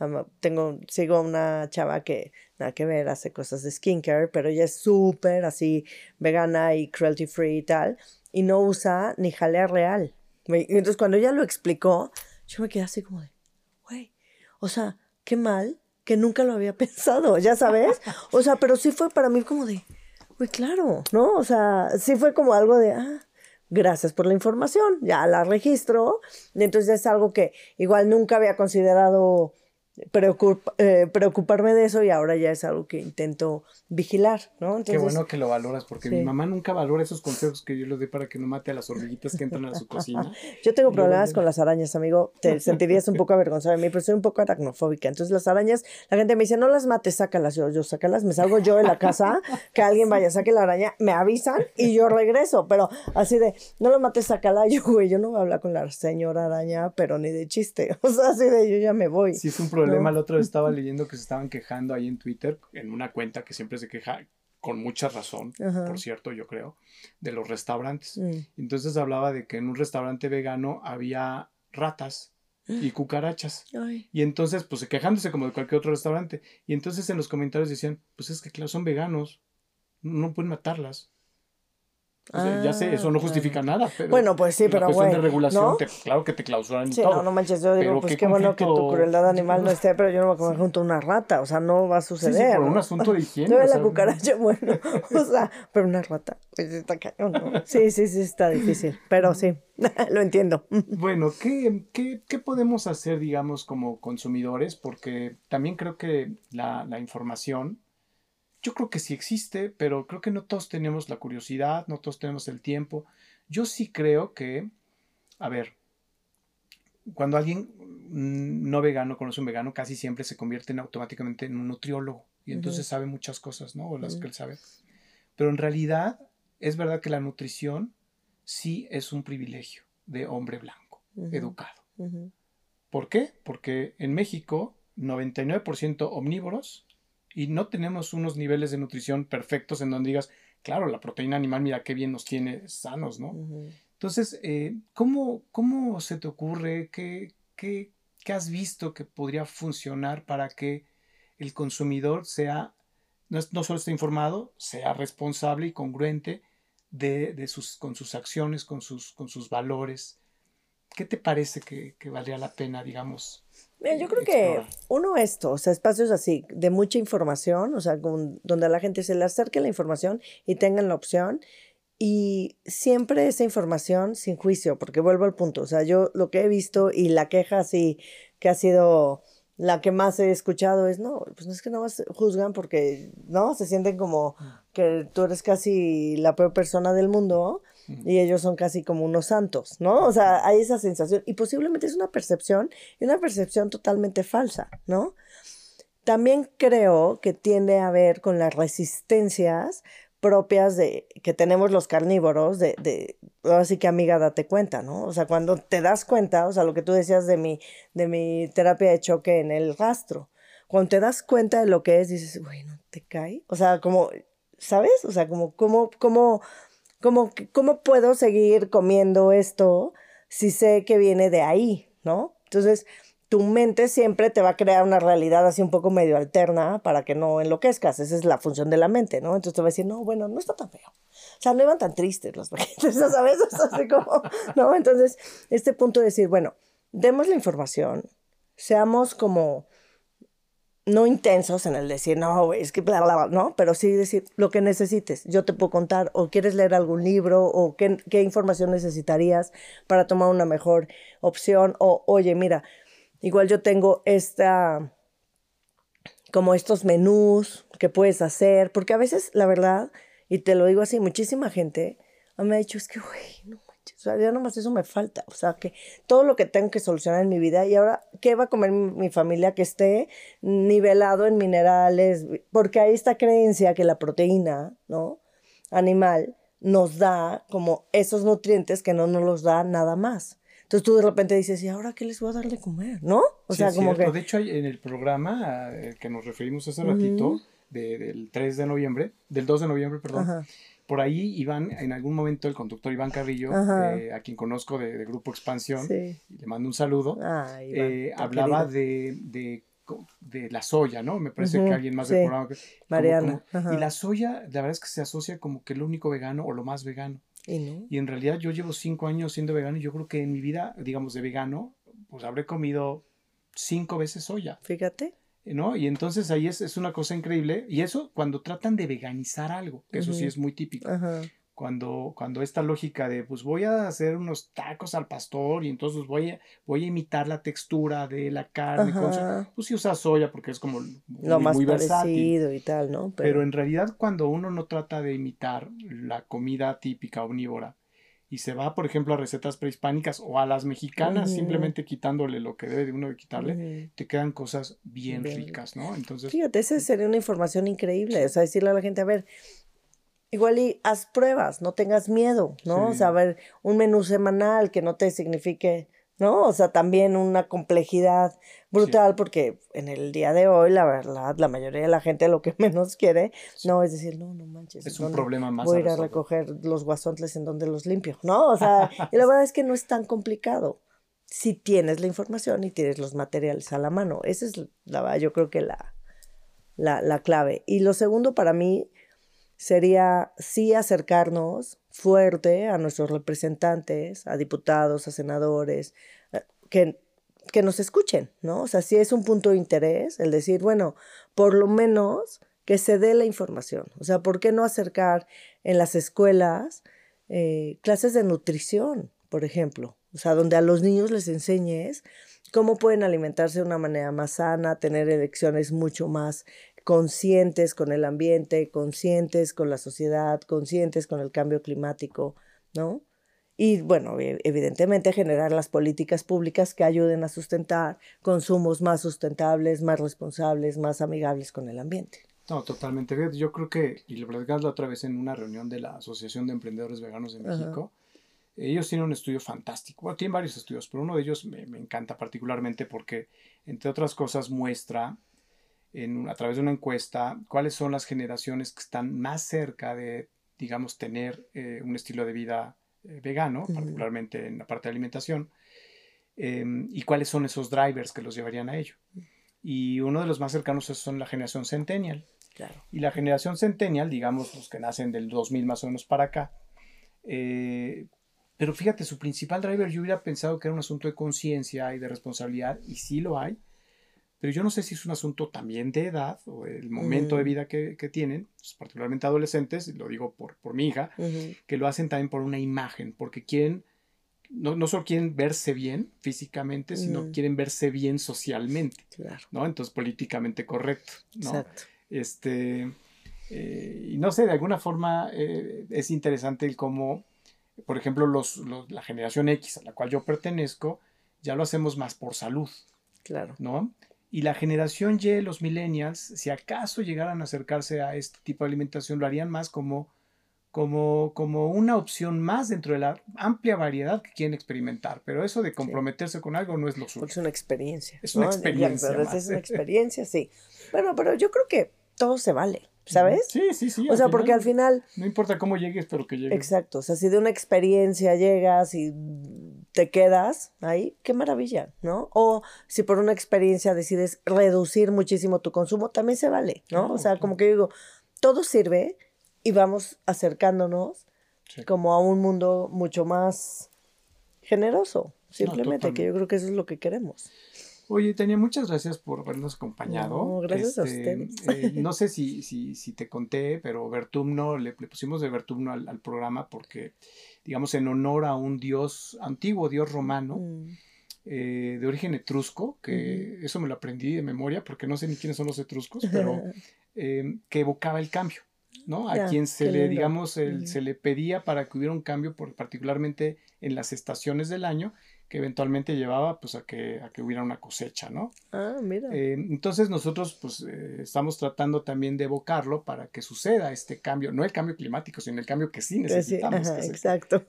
Sigo a una chava que nada que ver, hace cosas de skincare, pero ella es súper así vegana y cruelty free y tal, y no usa ni jalea real. Y entonces cuando ella lo explicó, yo me quedé así como de, güey, o sea, qué mal que nunca lo había pensado, ¿ya sabes? O sea, pero sí fue para mí como de, güey, claro, ¿no? O sea, sí fue como algo de, gracias por la información, ya la registro, y entonces es algo que igual nunca había considerado preocuparme de eso y ahora ya es algo que intento vigilar, ¿no? Entonces, qué bueno que lo valoras, porque sí. mi mamá nunca valora esos consejos que yo le doy para que no mate a las hormiguitas que entran a su cocina. Yo tengo problemas con las arañas, amigo. Te sentirías un poco avergonzado de mí, pero soy un poco aracnofóbica. Entonces las arañas, la gente me dice, no las mates, sácalas. Yo sácalas, me salgo yo de la casa, que alguien vaya, saque la araña, me avisan y yo regreso. Pero así de, no lo mates, sácala. Yo no voy a hablar con la señora araña, pero ni de chiste. O sea, así de, yo ya me voy. Sí, es un problema. ¿No? La otra vez estaba leyendo que se estaban quejando ahí en Twitter, en una cuenta que siempre se queja, con mucha razón, por cierto, yo creo, de los restaurantes. Entonces hablaba de que en un restaurante vegano había ratas y cucarachas. Ay. Y entonces, pues quejándose como de cualquier otro restaurante. Y entonces en los comentarios decían, pues es que claro, son veganos, no pueden matarlas. O sea, ya sé, eso no justifica nada, pero bueno, pues sí, pero cuestión güey, de regulación, ¿no? Claro que te clausuran y sí, todo. no manches, yo digo, pues qué bueno que tu crueldad animal no esté, pero yo no me voy a comer junto a una rata, o sea, no va a suceder. Sí, por ¿no? un asunto de higiene. No, la cucaracha, bueno, o sea, pero una rata, pues está cañón, ¿no? Sí, está difícil, pero sí, lo entiendo. Bueno, ¿qué podemos hacer, digamos, como consumidores? Porque también creo que la información, yo creo que sí existe, pero creo que no todos tenemos la curiosidad, no todos tenemos el tiempo. Yo sí creo que, a ver, cuando alguien no vegano conoce a un vegano, casi siempre se convierte automáticamente en un nutriólogo y entonces sabe muchas cosas, ¿no? O las que él sabe. Pero en realidad es verdad que la nutrición sí es un privilegio de hombre blanco, educado. ¿Por qué? Porque en México 99% omnívoros y no tenemos unos niveles de nutrición perfectos en donde digas, claro, la proteína animal, mira qué bien nos tiene sanos, ¿no? Entonces, ¿cómo se te ocurre? ¿Qué has visto que podría funcionar para que el consumidor sea, no solo esté informado, sea responsable y congruente con sus acciones, con sus valores. ¿Qué te parece que valdría la pena, digamos, Mira, yo creo explorar? que o sea, espacios así de mucha información, o sea, donde a la gente se le acerque la información y tengan la opción. Y siempre esa información sin juicio, porque vuelvo al punto, o sea, yo lo que he visto y la queja así que ha sido la que más he escuchado es, no, pues no es que nada más juzgan porque, ¿no? Se sienten como que tú eres casi la peor persona del mundo y ellos son casi como unos santos, ¿no? O sea, hay esa sensación y posiblemente es una percepción y una percepción totalmente falsa, ¿no? También creo que tiende a ver con las resistencias propias de que tenemos los carnívoros, ahora sí que amiga, date cuenta, ¿no? O sea, cuando te das cuenta, o sea, lo que tú decías de mi terapia de choque en el rastro, cuando te das cuenta de lo que es, dices, güey, ¿no te cae? O sea, como, ¿sabes? O sea, ¿cómo puedo seguir comiendo esto si sé que viene de ahí, ¿no? Entonces, tu mente siempre te va a crear una realidad así un poco medio alterna para que no enloquezcas. Esa es la función de la mente, ¿no? Entonces te va a decir, no, bueno, no está tan feo. O sea, no iban tan tristes los paquetes, ¿sabes? O sea, así como, ¿no? Entonces, este punto de decir, bueno, demos la información, seamos como no intensos en el decir, no, güey, es que bla, bla, bla, no, pero sí decir lo que necesites. Yo te puedo contar, o quieres leer algún libro, o qué información necesitarías para tomar una mejor opción, o oye, mira, igual yo tengo como estos menús que puedes hacer, porque a veces, la verdad, y te lo digo así, muchísima gente me ha dicho, es que, güey, no manches, o sea, ya nomás eso me falta, o sea, que todo lo que tengo que solucionar en mi vida, y ahora, ¿qué va a comer mi familia que esté nivelado en minerales? Porque hay esta creencia que la proteína, ¿no? Animal, nos da como esos nutrientes que no nos los da nada más. Entonces tú de repente dices, ¿y ahora qué les voy a dar de comer? ¿No? O Sí, sea, es como cierto. que... De hecho, en el programa que nos referimos hace ratito, Ujú, del 3 de noviembre, del 2 de noviembre, perdón, ajá, por ahí Iván, en algún momento el conductor Iván Carrillo, ajá, a quien conozco de Grupo Expansión, sí. y le mando un saludo, Ah, Iván, tan hablaba querido. de la soya, ¿no? Me parece que Ujú, alguien más del sí, programa, Mariana, y ajá. la soya, la verdad es que se asocia como que lo único vegano o lo más vegano. ¿Y no? Y en realidad yo llevo 5 años siendo vegano y yo creo que en mi vida, digamos, de vegano, pues habré comido 5 veces soya, Fíjate. ¿no? Y entonces ahí es una cosa increíble. Y eso cuando tratan de veganizar algo, que eso sí Ujú, es muy típico. ajá. Cuando esta lógica de, pues voy a hacer unos tacos al pastor y entonces voy a imitar la textura de la carne con soya, Ajá. pues sí usa soya porque es como Lo muy, más muy versátil. parecido y tal, ¿no? Pero Pero... en realidad cuando uno no trata de imitar la comida típica omnívora y se va, por ejemplo, a recetas prehispánicas o a las mexicanas, ujú, simplemente quitándole lo que debe de uno de quitarle, ujú, te quedan cosas bien bien. ricas, ¿no? Entonces, Fíjate, esa sería una información increíble. O sí, sea, decirle a la gente, a ver, igual y haz pruebas, no tengas miedo, ¿no? O sea, a sí, ver, un menú semanal que no te signifique, ¿no? O sea, también una complejidad sí, brutal porque en el día de hoy, la verdad, la mayoría de la gente lo que menos quiere, sí. no, es decir, no, no manches, ¿en Es un dónde problema más voy a a ir a resolver. recoger los guasontles en donde los limpio? ¿No? O sea, y la verdad es que no es tan complicado si tienes la información y tienes los materiales a la mano. Esa es la verdad, yo creo que la clave. Y lo segundo para mí sería sí acercarnos fuerte a nuestros representantes, a diputados, a senadores, que, que nos escuchen, ¿no? O sea, sí es un punto de interés el decir, bueno, por lo menos que se dé la información. O sea, ¿por qué no acercar en las escuelas clases de nutrición, por ejemplo? O sea, donde a los niños les enseñes cómo pueden alimentarse de una manera más sana, tener elecciones mucho más conscientes con el ambiente, conscientes con la sociedad, conscientes con el cambio climático, ¿no? Y bueno, evidentemente generar las políticas públicas que ayuden a sustentar consumos más sustentables, más responsables, más amigables con el ambiente. No, totalmente. Fíjate, yo creo que, y lo platicamos la otra vez en una reunión de la Asociación de Emprendedores Veganos de Ajá. México, ellos tienen un estudio fantástico. Bueno, tienen varios estudios, pero uno de ellos me encanta particularmente porque, entre otras cosas, muestra a través de una encuesta cuáles son las generaciones que están más cerca de, digamos, tener un estilo de vida vegano, Ujú, particularmente en la parte de alimentación, y cuáles son esos drivers que los llevarían a ello. Y uno de los más cercanos son la generación Centennial. claro. Y la generación Centennial, digamos, los que nacen del 2000 más o menos para acá, Pero fíjate, su principal driver yo hubiera pensado que era un asunto de conciencia y de responsabilidad, y sí lo hay, pero yo no sé si es un asunto también de edad o el momento de vida que tienen, pues, particularmente adolescentes, lo digo por mi hija, que lo hacen también por una imagen, porque quieren, no solo quieren verse bien físicamente, sino quieren verse bien socialmente, Claro. ¿no? Entonces políticamente correcto, ¿no? Exacto. Y no sé, de alguna forma es interesante el cómo, por ejemplo, la generación X a la cual yo pertenezco, ya lo hacemos más por salud, Claro. ¿no? Y la generación Y, los millennials, si acaso llegaran a acercarse a este tipo de alimentación, lo harían más como una opción más dentro de la amplia variedad que quieren experimentar. Pero eso de comprometerse con algo no es lo suyo. Porque es una experiencia. Es una experiencia. Ya, es una experiencia, sí. Bueno, pero yo creo que todo se vale, ¿sabes? Sí. O sea, porque al final... No importa cómo llegues, pero que llegues. Exacto. O sea, si de una experiencia llegas y te quedas ahí, qué maravilla, ¿no? O si por una experiencia decides reducir muchísimo tu consumo, también se vale, ¿no? Claro, o sea, claro. como que digo, todo sirve y vamos acercándonos como a un mundo mucho más generoso, simplemente, que yo creo que eso es lo que queremos. Oye, Tania, muchas gracias por habernos acompañado. No, gracias a ustedes. No sé si te conté, pero Vertumno, le pusimos de Vertumno al programa porque, digamos, en honor a un dios, antiguo dios romano, de origen etrusco, que eso me lo aprendí de memoria porque no sé ni quiénes son los etruscos, pero que evocaba el cambio, ¿no? A quien se le, digamos, se le pedía para que hubiera un cambio, particularmente en las estaciones del año, que eventualmente llevaba pues a que hubiera una cosecha, ¿no? Ah, mira. Entonces nosotros pues estamos tratando también de evocarlo para que suceda este cambio, no el cambio climático, sino el cambio que sí necesitamos. Sí, exacto.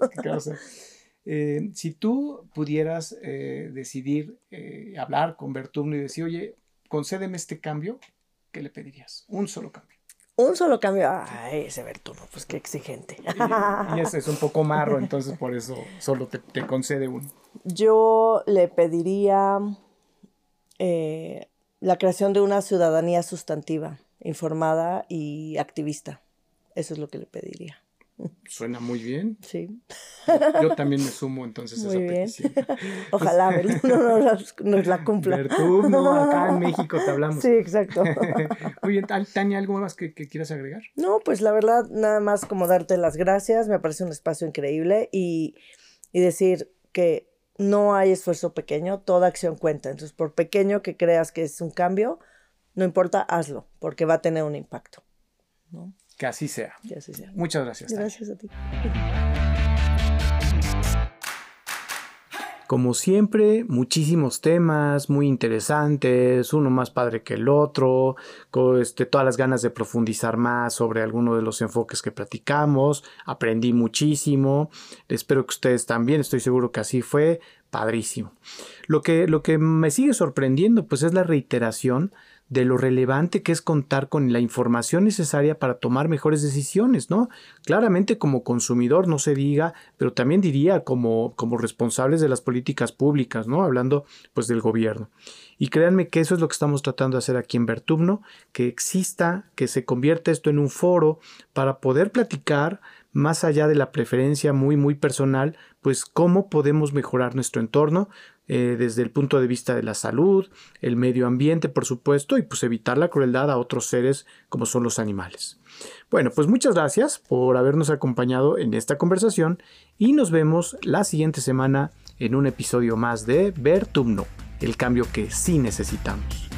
Si tú pudieras decidir hablar con Vertumno y decir, oye, concédeme este cambio, ¿qué le pedirías? Un solo cambio. Un solo cambio. Ay, ese Vertumno, pues qué exigente. Y ese es un poco marro, entonces por eso solo te concede uno. Yo le pediría la creación de una ciudadanía sustantiva, informada y activista. Eso es lo que le pediría. Suena muy bien. Sí. Yo también me sumo entonces a esa petición. Ojalá Vertumno nos la cumpla. Vertumno, acá en México te hablamos. Sí, exacto. Oye, Tania, ¿algo más que quieras agregar? No, pues la verdad, nada más como darte las gracias. Me parece un espacio increíble y decir que no hay esfuerzo pequeño, toda acción cuenta. Entonces, por pequeño que creas que es un cambio, no importa, hazlo, porque va a tener un impacto, ¿no? Que así sea. Que así sea. Muchas gracias. Gracias a ti. Como siempre, muchísimos temas muy interesantes, uno más padre que el otro, con todas las ganas de profundizar más sobre alguno de los enfoques que platicamos. Aprendí muchísimo, espero que ustedes también, estoy seguro que así fue, padrísimo. Lo que me sigue sorprendiendo pues es la reiteración de lo relevante que es contar con la información necesaria para tomar mejores decisiones, ¿no? Claramente como consumidor no se diga, pero también diría como responsables de las políticas públicas, ¿no? Hablando pues del gobierno. Y créanme que eso es lo que estamos tratando de hacer aquí en Vertumno, que exista, que se convierta esto en un foro para poder platicar más allá de la preferencia muy, muy personal, pues cómo podemos mejorar nuestro entorno desde el punto de vista de la salud, el medio ambiente, por supuesto, y pues evitar la crueldad a otros seres como son los animales. Bueno, pues muchas gracias por habernos acompañado en esta conversación y nos vemos la siguiente semana en un episodio más de Vertumno, el cambio que sí necesitamos.